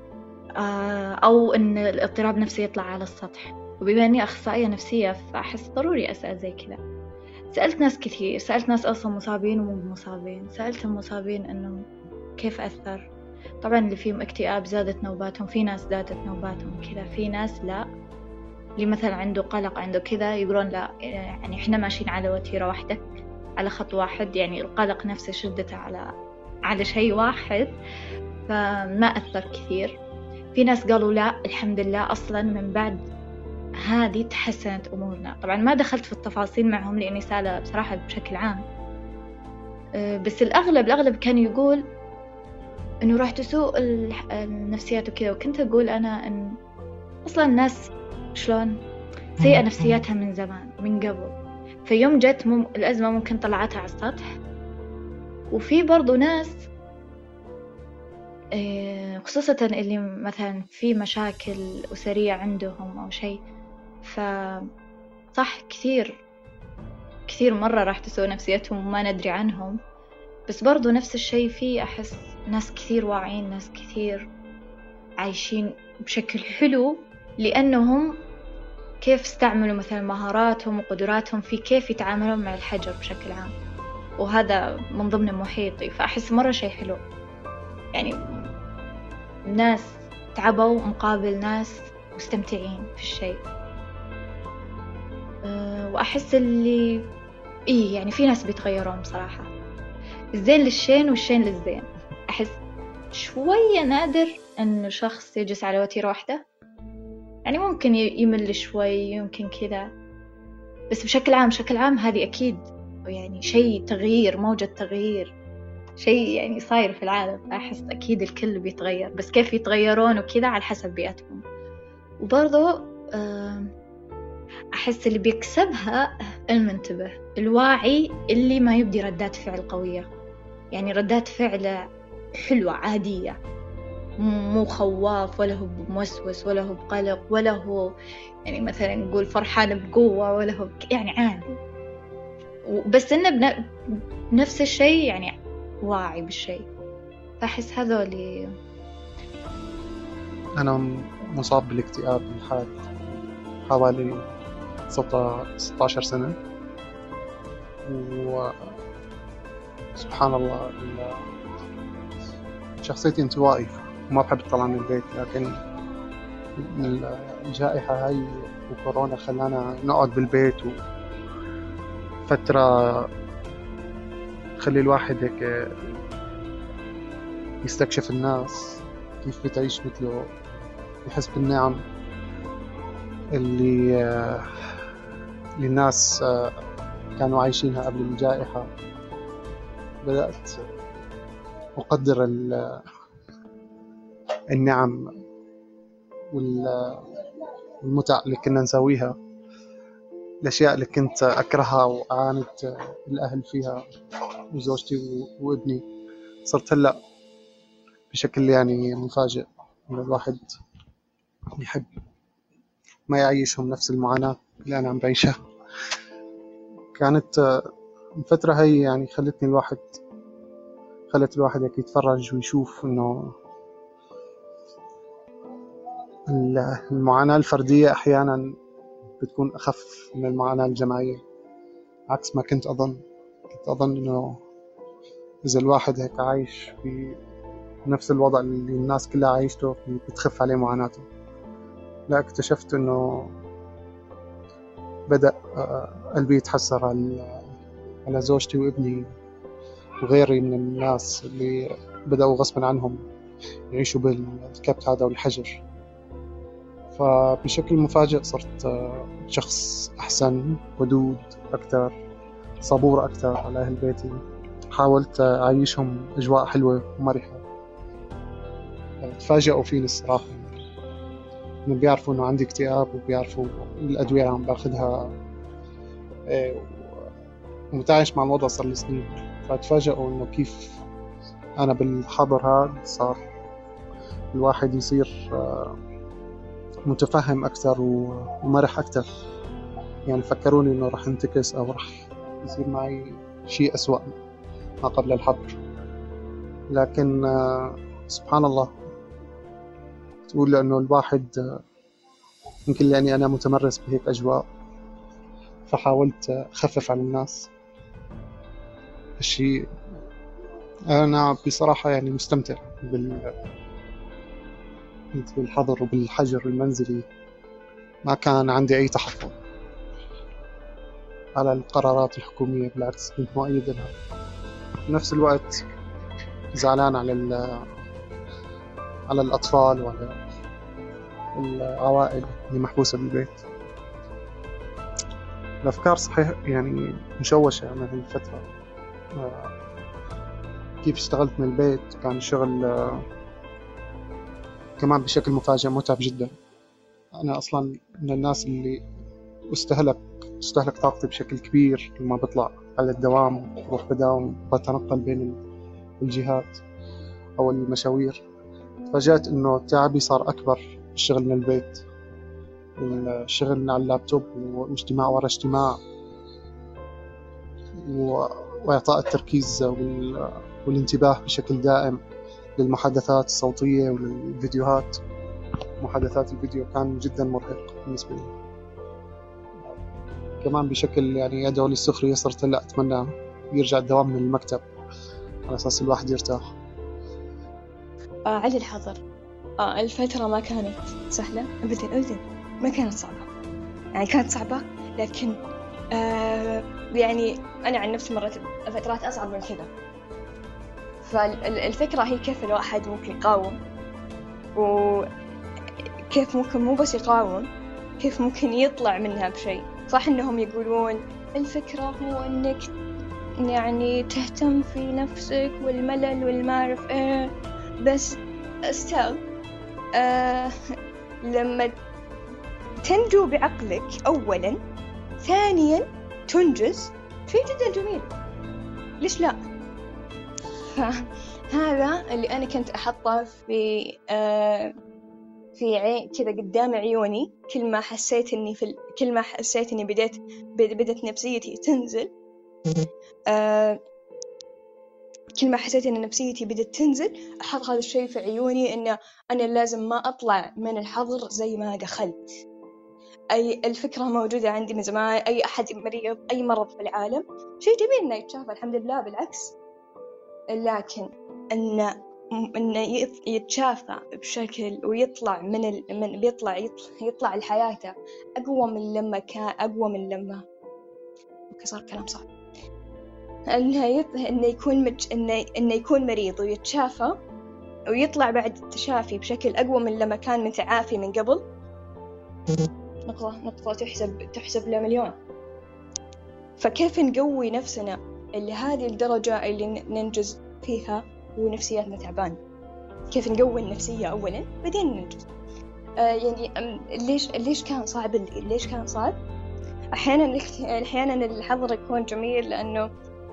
أو إن الاضطراب النفسي يطلع على السطح. وبما إني أخصائية نفسية فأحس ضروري أسأل زي كذا. سألت ناس كثير، سألت ناس أصلا مصابين ومو مصابين. سألت المصابين إنه كيف أثر. طبعا اللي فيهم اكتئاب زادت نوباتهم، في ناس زادت نوباتهم كذا، في ناس لا، اللي مثلا عنده قلق عنده كذا يقولون لا، يعني إحنا ماشيين على وتيرة واحدة، على خط واحد، يعني القلق نفسه شدته على شيء واحد، فما أثر كثير. في ناس قالوا لا الحمد لله أصلا من بعد هذه تحسنت أمورنا. طبعا ما دخلت في التفاصيل معهم لأني سالة بصراحة بشكل عام، بس الأغلب كان يقول إنه راح تسوء النفسيات وكذا. وكنت أقول أنا إن أصلا الناس شلون سيئة نفسياتها من زمان، من قبل، في يوم جت الأزمة ممكن طلعتها على السطح. وفي برضو ناس خصوصا اللي مثلا في مشاكل أسرية عندهم أو شيء، فصح كثير مرة راح تسوء نفسيتهم وما ندري عنهم. بس برضو نفس الشيء في أحس ناس كثير واعين، ناس كثير عايشين بشكل حلو، لأنهم كيف استعملوا مثلا مهاراتهم وقدراتهم في كيف يتعاملون مع الحجر بشكل عام، وهذا من ضمن محيطي. فأحس مرة شيء حلو، يعني ناس تعبوا مقابل ناس مستمتعين في الشيء. وأحس اللي يعني في ناس بيتغيرون بصراحة. الزين للشين والشين للزين. أحس شوية نادر إنه شخص يجلس على وتيرة واحدة، يعني ممكن يمل شوي يمكن كذا، بس بشكل عام هذه أكيد يعني شيء تغيير، موجة تغيير، شيء يعني صاير في العالم. أحس أكيد الكل بيتغير، بس كيف يتغيرون وكذا على حسب بيئتهم. وبرضو أحس اللي بيكسبها المنتبه الواعي اللي ما يبدي ردات فعل قوية، يعني ردات فعل حلوة عادية، مو خواف ولا هو موسوس ولا هو بقلق ولا هو يعني مثلا نقول فرحان بقوة ولا هو يعني عادي، بس إنه بنفس الشيء يعني واعي بالشيء. فأحس هذولي. أنا مصاب بالاكتئاب الحاد حوالي 16 سنة، وسبحان الله شخصيتي انطوائي وما بحب أطلع من البيت، لكن الجائحة هاي وكورونا خلانا نقعد بالبيت، وفترة تخلي الواحد هيك يستكشف الناس كيف بتعيش مثله، يحس بالنعم اللي الناس كانوا عايشينها قبل الجائحة. بدأت أقدر النعم والمتع اللي كنا نسويها، الأشياء اللي كنت أكرهها وأعاند الأهل فيها وزوجتي وابني، صرت هلأ بشكل يعني مفاجئ إن الواحد يحب ما يعيشهم نفس المعاناة اللي أنا عم بعيشها. كانت الفترة هاي يعني خلت الواحد هيك يتفرج ويشوف إنه المعاناة الفردية أحيانا بتكون أخف من المعاناة الجماعية، عكس ما كنت أظن إنه إذا الواحد هيك عايش في نفس الوضع اللي الناس كلها عايشته بتخف عليه معاناته. لا، اكتشفت إنه بدأ قلبي يتحسر على زوجتي وابني وغيري من الناس اللي بدأوا غصبا عنهم يعيشوا بالكبت هذا والحجر. فبشكل مفاجئ صرت شخص أحسن، ودود أكثر، صبور أكثر على أهل بيتي. حاولت أعيشهم أجواء حلوة ومرحة. تفاجئوا فيني الصراحة، إنه بيعرفوا إنه عندي اكتئاب وبيعرفوا الأدوية اللي عم باخدها ومتعايش مع الوضع صار لي سنين. فتفاجئوا إنه كيف أنا بالحضر هذا صار الواحد يصير متفهم أكثر ومرح أكثر. يعني فكروني إنه رح انتكس أو رح يصير معي شيء أسوأ ما قبل الحظر، لكن سبحان الله تقول لأنه الواحد يمكن لأني أنا متمرس بهيك أجواء فحاولت أخفف عن الناس الشيء. أنا بصراحة يعني مستمتع بالحظر وبالحجر المنزلي، ما كان عندي أي تحفظ على القرارات الحكومية، بالعكس كنت مؤيد لها. في نفس الوقت زعلان على الأطفال وعلى العوائل اللي محبوسة بالبيت. الأفكار صحيح يعني مشوشة من هذه الفترة. كيف اشتغلت من البيت كان الشغل كمان بشكل مفاجئ متعب جدا. أنا أصلا من الناس اللي استهلك طاقتي بشكل كبير لما بطلع على الدوام، بروح بداوم، بتنقل بين الجهات أو المشاوير. تفاجأت إنه تعبي صار أكبر الشغل من البيت، الشغل على اللابتوب واجتماع ورا اجتماع، وإعطاء التركيز والانتباه بشكل دائم للمحادثات الصوتية وللفيديوهات. محادثات الفيديو كان جدا مرهق بالنسبة لي. كمان بشكل يعني يدعو للسخرية صرت هلا أتمنى يرجع الدوام من المكتب على أساس الواحد يرتاح. على الحظر الفترة ما كانت سهلة أبدا، ما كانت صعبة، يعني كانت صعبة لكن يعني أنا عن نفسي مرت فترات أصعب من كذا. فالفكرة هي كيف الواحد ممكن يقاوم، وكيف ممكن مو بس يقاوم، كيف ممكن يطلع منها بشيء. صح إنهم يقولون الفكرة هو إنك يعني تهتم في نفسك والملل والمعرف إيه، بس استاذ لما تنجو بعقلك أولا، ثانيا تنجز، شيء جدا جميل، ليش لا؟ هذا اللي أنا كنت أحطه في كذا قدام عيوني. كل ما حسيت إني بدت نفسيتي تنزل، كل ما حسيت إن نفسيتي بدت تنزل أحط هذا الشيء في عيوني، إنه أنا لازم ما أطلع من الحظر زي ما دخلت. أي الفكرة موجودة عندي من زمان، أي أحد مريض أي مرض في العالم شيء جميل إنه يتشافى، الحمد لله، بالعكس، لكن إنه يتشافى بشكل ويطلع يطلع لحياته أقوى من لما كسر كلام صعب، إنه يكون مريض ويتشافى ويطلع بعد التشافي بشكل أقوى من لما كان متعافي من قبل. نقطة تحسب ل1,000,000. فكيف نقوي نفسنا اللي هذه الدرجة اللي ننجز فيها ونفسياتنا تعبان؟ كيف نقوي النفسية أولا بعدين ننجز؟ يعني ليش كان صعب؟ أحيانا الحظر يكون جميل لأنه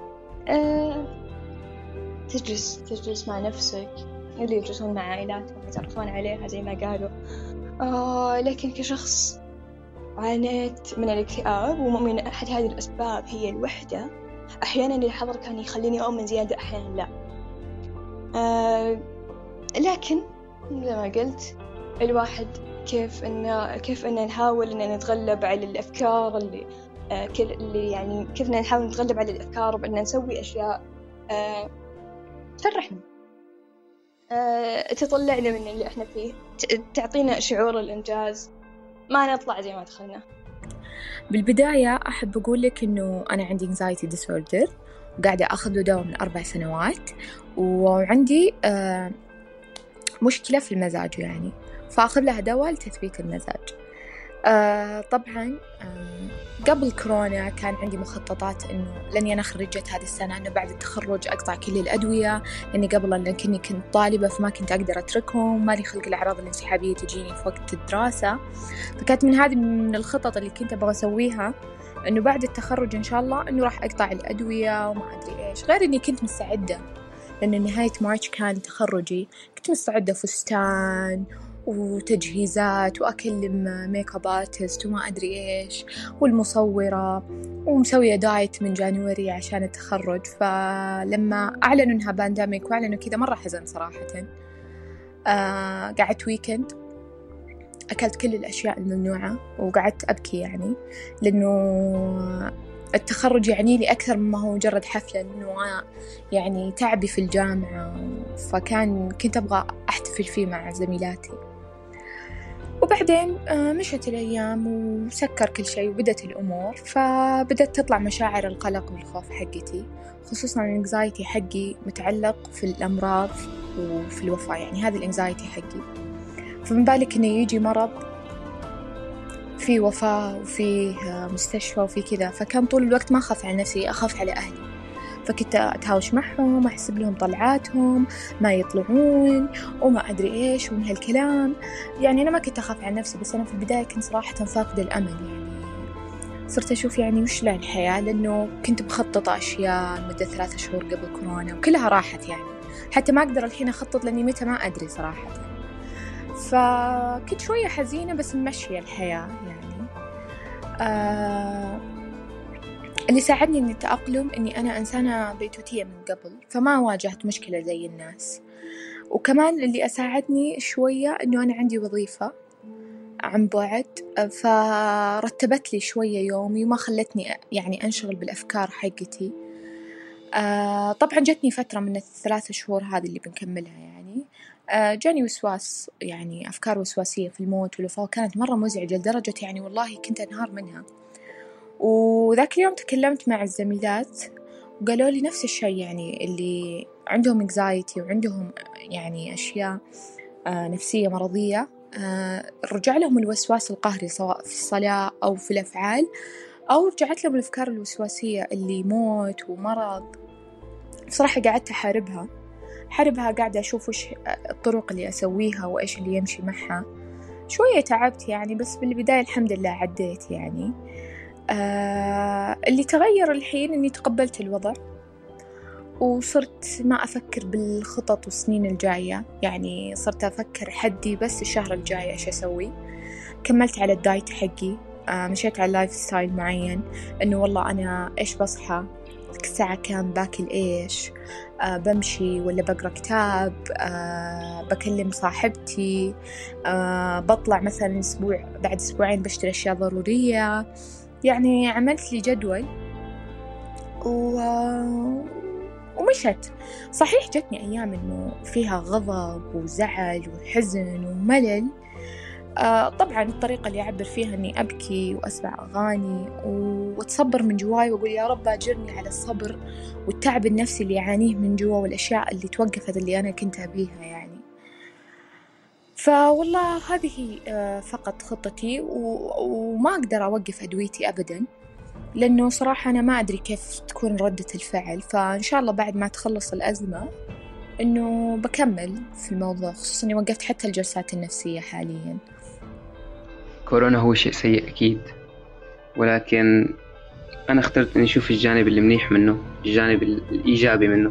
تجلس مع نفسك، اللي يجلسون مع عائلاتهم يتعرفون عليها زي ما قالوا. لكن كشخص عانيت من الاكتئاب ومؤمن أحد هذه الأسباب هي الوحدة، أحيانا الحظر كان يخليني أؤمن زيادة، أحيانا لا. لكن زي ما قلت الواحد كيف إن نحاول إن نتغلب على الأفكار اللي يعني كيف نحاول نتغلب على الأفكار بأن نسوي أشياء تفرحنا، تطلعنا من اللي إحنا فيه، تعطينا شعور الإنجاز، ما نطلع زي ما دخلنا. بالبداية أحب أقول لك إنه أنا عندي anxiety disorder وقاعدة أخذ له دواء من 4 سنوات، وعندي مشكلة في المزاج يعني، فأخذ لها دواء لتثبيت المزاج. طبعا قبل كورونا كان عندي مخططات إنه لأني أنا خريجة هذه السنة إنه بعد التخرج أقطع كل الأدوية، لأني قبل كنت طالبة فما كنت أقدر أتركهم، ما لي خلق الأعراض الانسحابية تجيني في وقت الدراسة. فكانت من الخطط اللي كنت أبغى أسويها إنه بعد التخرج إن شاء الله إنه راح أقطع الأدوية وما أدري إيش. غير إني كنت مستعدة لأن نهاية مارس كان تخرجي، كنت مستعدة فستان وتجهيزات وأكلم ميك اب ارتست وما أدري إيش والمصورة، ومسوية دايت من جانوري عشان التخرج. فلما أعلنوا إنها بانديميك وأعلنوا كذا مرة حزن صراحة. قعدت ويكند أكلت كل الأشياء الممنوعة وقعدت أبكي يعني، لأنه التخرج يعني لي أكثر مما هو مجرد حفلة، لأنه يعني تعبي في الجامعة، كنت أبغى أحتفل فيه مع زميلاتي. وبعدين مشت الأيام وسكر كل شيء وبدت الأمور، فبدت تطلع مشاعر القلق والخوف حقتي، خصوصاً الانكزايتي حقي متعلق في الأمراض وفي الوفاة، يعني هذا الانكزايتي حقي. فمن بالك إنه يجي مرض في وفاة وفي مستشفى وفي كذا، فكان طول الوقت ما أخاف على نفسي، أخاف على أهلي. فكنت أتهاوش معهم، أحسب لهم طلعاتهم ما يطلعون وما أدري إيش ومن هالكلام. يعني أنا ما كنت أخاف على نفسي، بس أنا في البداية كنت صراحة فاقدة الأمل. يعني صرت أشوف يعني وش له الحياة، لأنه كنت مخططة أشياء لمدة 3 شهور قبل كورونا وكلها راحت، يعني حتى ما أقدر الحين أخطط لأني متى ما أدري صراحة. فكنت شوية حزينة بس ممشية الحياة يعني. اللي ساعدني إني أتأقلم إني أنا إنسانة بيتوتية من قبل، فما واجهت مشكلة زي الناس. وكمان اللي أساعدني شوية إنه أنا عندي وظيفة عن بعد، فرتبت لي شوية يومي وما خلتني يعني أنشغل بالأفكار حقتي. طبعا جتني فترة من 3 شهور هذه اللي بنكملها يعني جاني وسواس، يعني أفكار وسواسية في الموت والوفاة، كانت مرة مزعجة لدرجة يعني والله كنت أنهار منها. وذاك اليوم تكلمت مع الزميلات وقالوا لي نفس الشيء، يعني اللي عندهم anxiety وعندهم يعني أشياء نفسية مرضية، رجع لهم الوسواس القهري سواء في الصلاة أو في الأفعال، أو رجعت لهم الأفكار الوسواسية اللي موت ومرض. بصراحة قعدت أحاربها، قاعدة أشوف وش الطرق اللي أسويها وإيش اللي يمشي معها. شوية تعبت يعني، بس بالبداية الحمد لله عديت يعني. اللي تغير الحين إني تقبلت الوضع، وصرت ما أفكر بالخطط والسنين الجاية، يعني صرت أفكر حدي بس الشهر الجاي إيش أسوي. كملت على الدايت حقي، مشيت على لايف ستايل معين، إنه والله أنا إيش بصحى الساعة كام، باكل إيش، بمشي ولا بقرأ كتاب، بكلم صاحبتي، بطلع مثلا أسبوع بعد أسبوعين بشتري أشياء ضرورية. يعني عملت لي جدول ومشت. صحيح جتني أيام إنه فيها غضب وزعل وحزن وملل. طبعا الطريقة اللي أعبر فيها إني أبكي وأسمع أغاني وأتصبر من جواي وأقول يا رب أجرني على الصبر والتعب النفسي اللي يعانيه من جوا والأشياء اللي توقفت اللي أنا كنت أبيها يعني. فوالله هذه فقط خطتي، وما أقدر أوقف أدويتي أبدا، لأنه صراحة أنا ما أدري كيف تكون ردة الفعل. فإن شاء الله بعد ما تخلص الأزمة إنه بكمل في الموضوع، خصوصاً إني وقفت حتى الجلسات النفسية حالياً. كورونا هو شيء سيء أكيد، ولكن أنا اخترت إني أشوف الجانب اللي منيح منه، الجانب الإيجابي منه.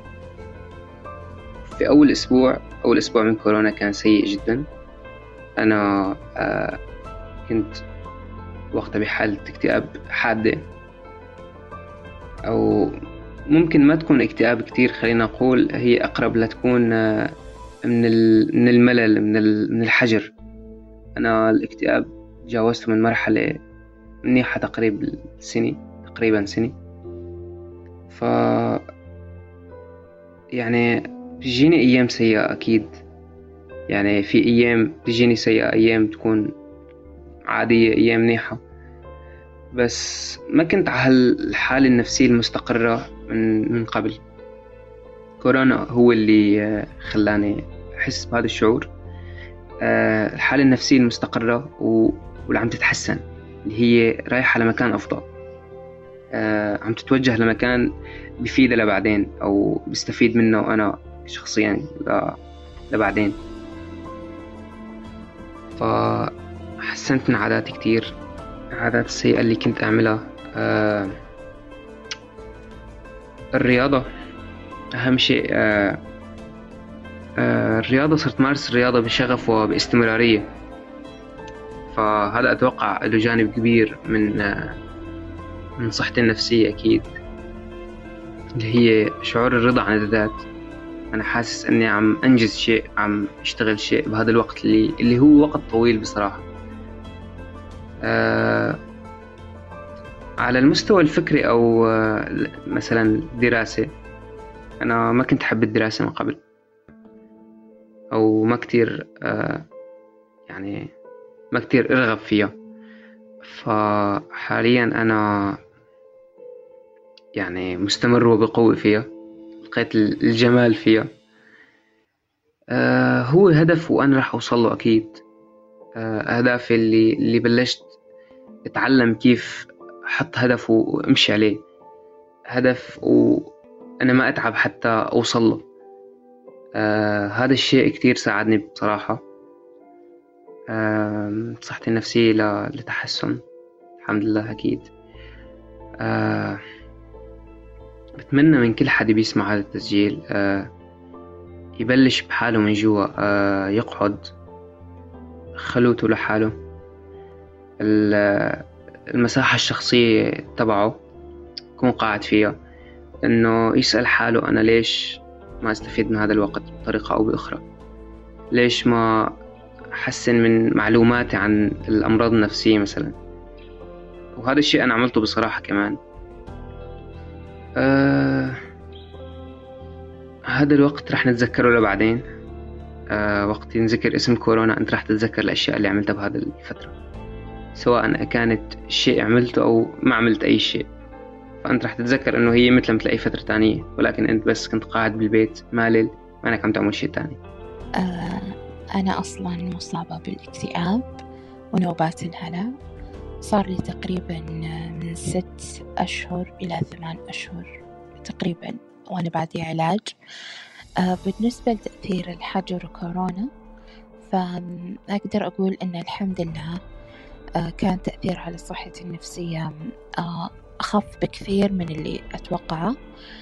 في أول أسبوع من كورونا كان سيء جدا. أنا كنت وقتها بحالة اكتئاب حادة، أو ممكن ما تكون اكتئاب كتير، خلينا نقول هي أقرب لتكون من الملل، من الحجر. أنا الاكتئاب جاوزته من مرحلة منيحة تقريبا سنة. يعني بيجيني أيام سيئة أكيد، يعني في أيام بيجيني سيئة، أيام تكون عادية، أيام منيحة، بس ما كنت على الحالة النفسية المستقرة من قبل. كورونا هو اللي خلاني أحس بهذا الشعور. الحالة النفسية المستقرة واللي عم تتحسن، اللي هي رايحة لمكان أفضل، عم تتوجه لمكان بفيدة لبعدين أو بستفيد منه أنا شخصيا لبعدين. فحسنت من عاداتي كتير، العادات السيئة اللي كنت أعملها. الرياضة أهم شيء. الرياضة صرت مارس الرياضة بشغف وباستمرارية، فهذا أتوقع له جانب كبير من صحتي النفسية أكيد، اللي هي شعور الرضا عن الذات. أنا حاسس أني عم أنجز شيء، عم أشتغل شيء بهذا الوقت اللي هو وقت طويل بصراحة. على المستوى الفكري أو مثلا دراسة، أنا ما كنت أحب الدراسة من قبل، أو ما كتير يعني ما كتير أرغب فيها. فحاليا أنا يعني مستمر وبقوة فيها، لقيت الجمال فيها. هو هدف وأنا راح أوصله أكيد. أهدافي اللي بلشت أتعلم كيف أحط هدف وأمشي عليه، هدف وأنا ما أتعب حتى أوصله. هذا الشيء كتير ساعدني بصراحة. صحتي النفسية لتحسن الحمد لله أكيد. بتمنى من كل حد بيسمع هذا التسجيل يبلش بحاله من جوا، يقعد خلوته لحاله، المساحة الشخصية تبعه يكون قاعد فيها، إنه يسأل حاله أنا ليش ما أستفيد من هذا الوقت بطريقة أو بأخرى، ليش ما أحسن من معلوماتي عن الأمراض النفسية مثلا. وهذا الشيء أنا عملته بصراحة كمان. هذا الوقت رح نتذكره لبعدين. وقت ينذكر اسم كورونا أنت رح تتذكر الأشياء اللي عملتها بهذا الفترة، سواء كانت شيء عملته أو ما عملت أي شيء. فأنت راح تتذكر إنه هي مثل أي فترة تانية، ولكن أنت بس كنت قاعد بالبيت مالل، ما أنك عم تعمل شيء تاني. أنا أصلا مصابة بالاكتئاب ونوبات الهلع، صار لي تقريبا من 6 أشهر إلى 8 أشهر تقريبا وأنا بعدي علاج. بالنسبة لتأثير الحجر وكورونا، فأقدر أقول أن الحمد لله كان تأثير على صحتي النفسية أخف بكثير من اللي أتوقعه.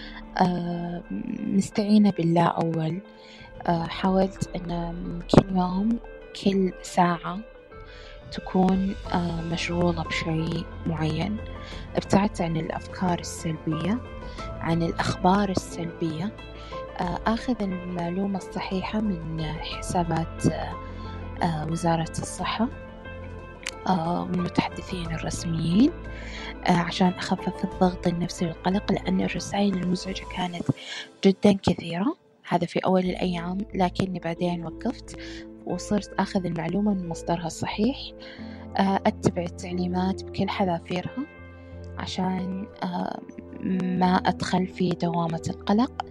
مستعينة بالله أول. حاولت أن كل يوم كل ساعة تكون مشغولة بشيء معين. ابتعدت عن الأفكار السلبية، عن الأخبار السلبية. أخذ المعلومة الصحيحة من حسابات وزارة الصحة والمتحدثين الرسميين عشان أخفف الضغط النفسي والقلق، لأن الرسائل المزعجة كانت جدا كثيرة. هذا في أول الأيام، لكني بعدين وقفت وصرت أخذ المعلومة من مصدرها الصحيح، أتبع التعليمات بكل حذافيرها عشان ما أدخل في دوامة القلق.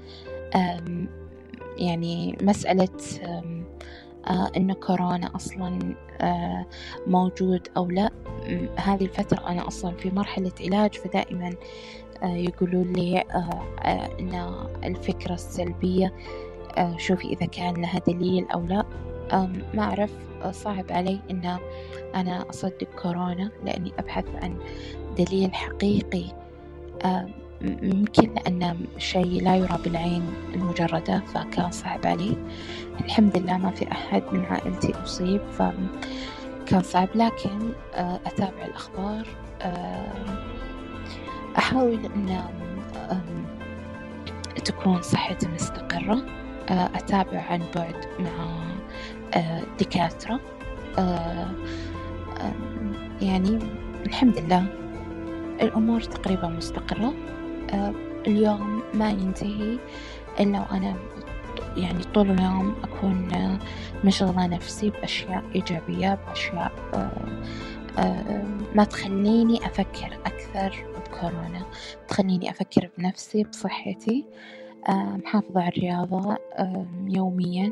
يعني مسألة إنه كورونا أصلا موجود أو لا، هذه الفترة أنا أصلا في مرحلة علاج، فدائما يقولوا لي إن الفكرة السلبية شوفي إذا كان لها دليل أو لا. ما أعرف، صعب علي إن أنا أصدق كورونا لأني أبحث عن دليل حقيقي، ممكن لأن شيء لا يرى بالعين المجردة، فكان صعب علي. الحمد لله ما في أحد من عائلتي أصيب، فكان صعب، لكن أتابع الأخبار، أحاول أن تكون صحتي مستقرة، أتابع عن بعد مع دكاترة. يعني الحمد لله الأمور تقريبا مستقرة. اليوم ما ينتهي إلا وأنا يعني طول اليوم أكون مشغلة نفسي بأشياء إيجابية، بأشياء ما تخليني أفكر أكثر بكورونا، تخليني أفكر بنفسي، بصحتي. محافظة على الرياضة يوميا،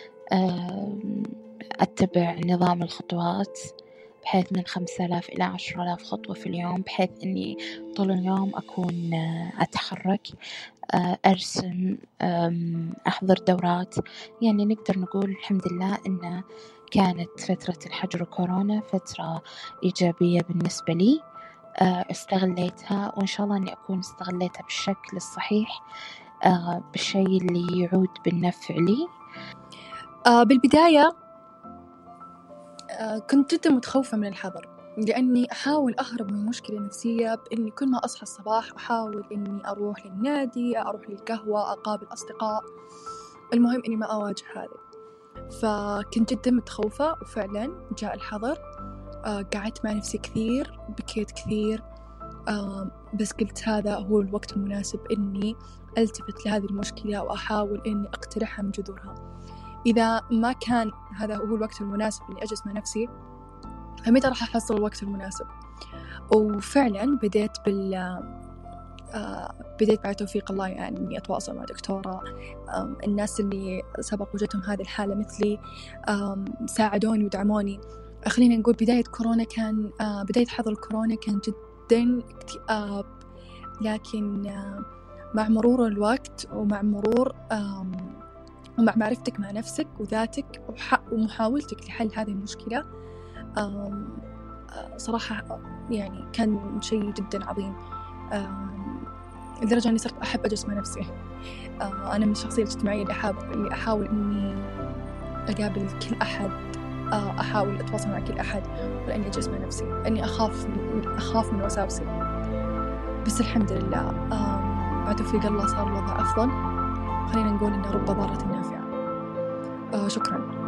أتبع نظام الخطوات بحيث من 5000 إلى 10,000 خطوة في اليوم، بحيث أني طول اليوم أكون أتحرك، أرسم، أحضر دورات. يعني نقدر نقول الحمد لله أن كانت فترة الحجر وكورونا فترة إيجابية بالنسبة لي، استغليتها، وإن شاء الله أني أكون استغليتها بالشكل الصحيح، بالشيء اللي يعود بالنفع لي. بالبداية كنت جدا متخوفة من الحظر، لأني أحاول أهرب من المشكلة النفسية بإني كل ما أصحى الصباح أحاول إني أروح للنادي، أروح للقهوة، أقابل أصدقاء، المهم إني ما أواجه هذا. فكنت جدا متخوفة، وفعلا جاء الحظر. قعدت مع نفسي كثير، بكيت كثير، بس قلت هذا هو الوقت المناسب إني ألتفت لهذه المشكلة وأحاول إني أقتلعها من جذورها. إذا ما كان هذا هو الوقت المناسب إني أجلس مع نفسي، فمتى راح أحصل الوقت المناسب؟ وفعلا بديت بعد توفيق الله يعني إني أتواصل مع دكتورة. الناس اللي سبق وجدتهم هذه الحالة مثلي ساعدوني ودعموني. خلينا نقول بداية حظر الكورونا كان جدا اكتئاب، لكن مع مرور الوقت ومع معرفتك مع نفسك وذاتك ومحاولتك لحل هذه المشكلة، صراحة يعني كان شيء جدا عظيم، لدرجة أني صرت أحب أجلس مع نفسي. أنا من الشخصية الاجتماعية اللي أحاول أني أقابل كل أحد، أحاول أتواصل مع كل أحد، ولأني أجلس مع نفسي، لأني أخاف من وساوسي. بس الحمد لله بعد توفيق الله صار الوضع أفضل. خلينا نقول إن رب ضارة نافعة. شكرا.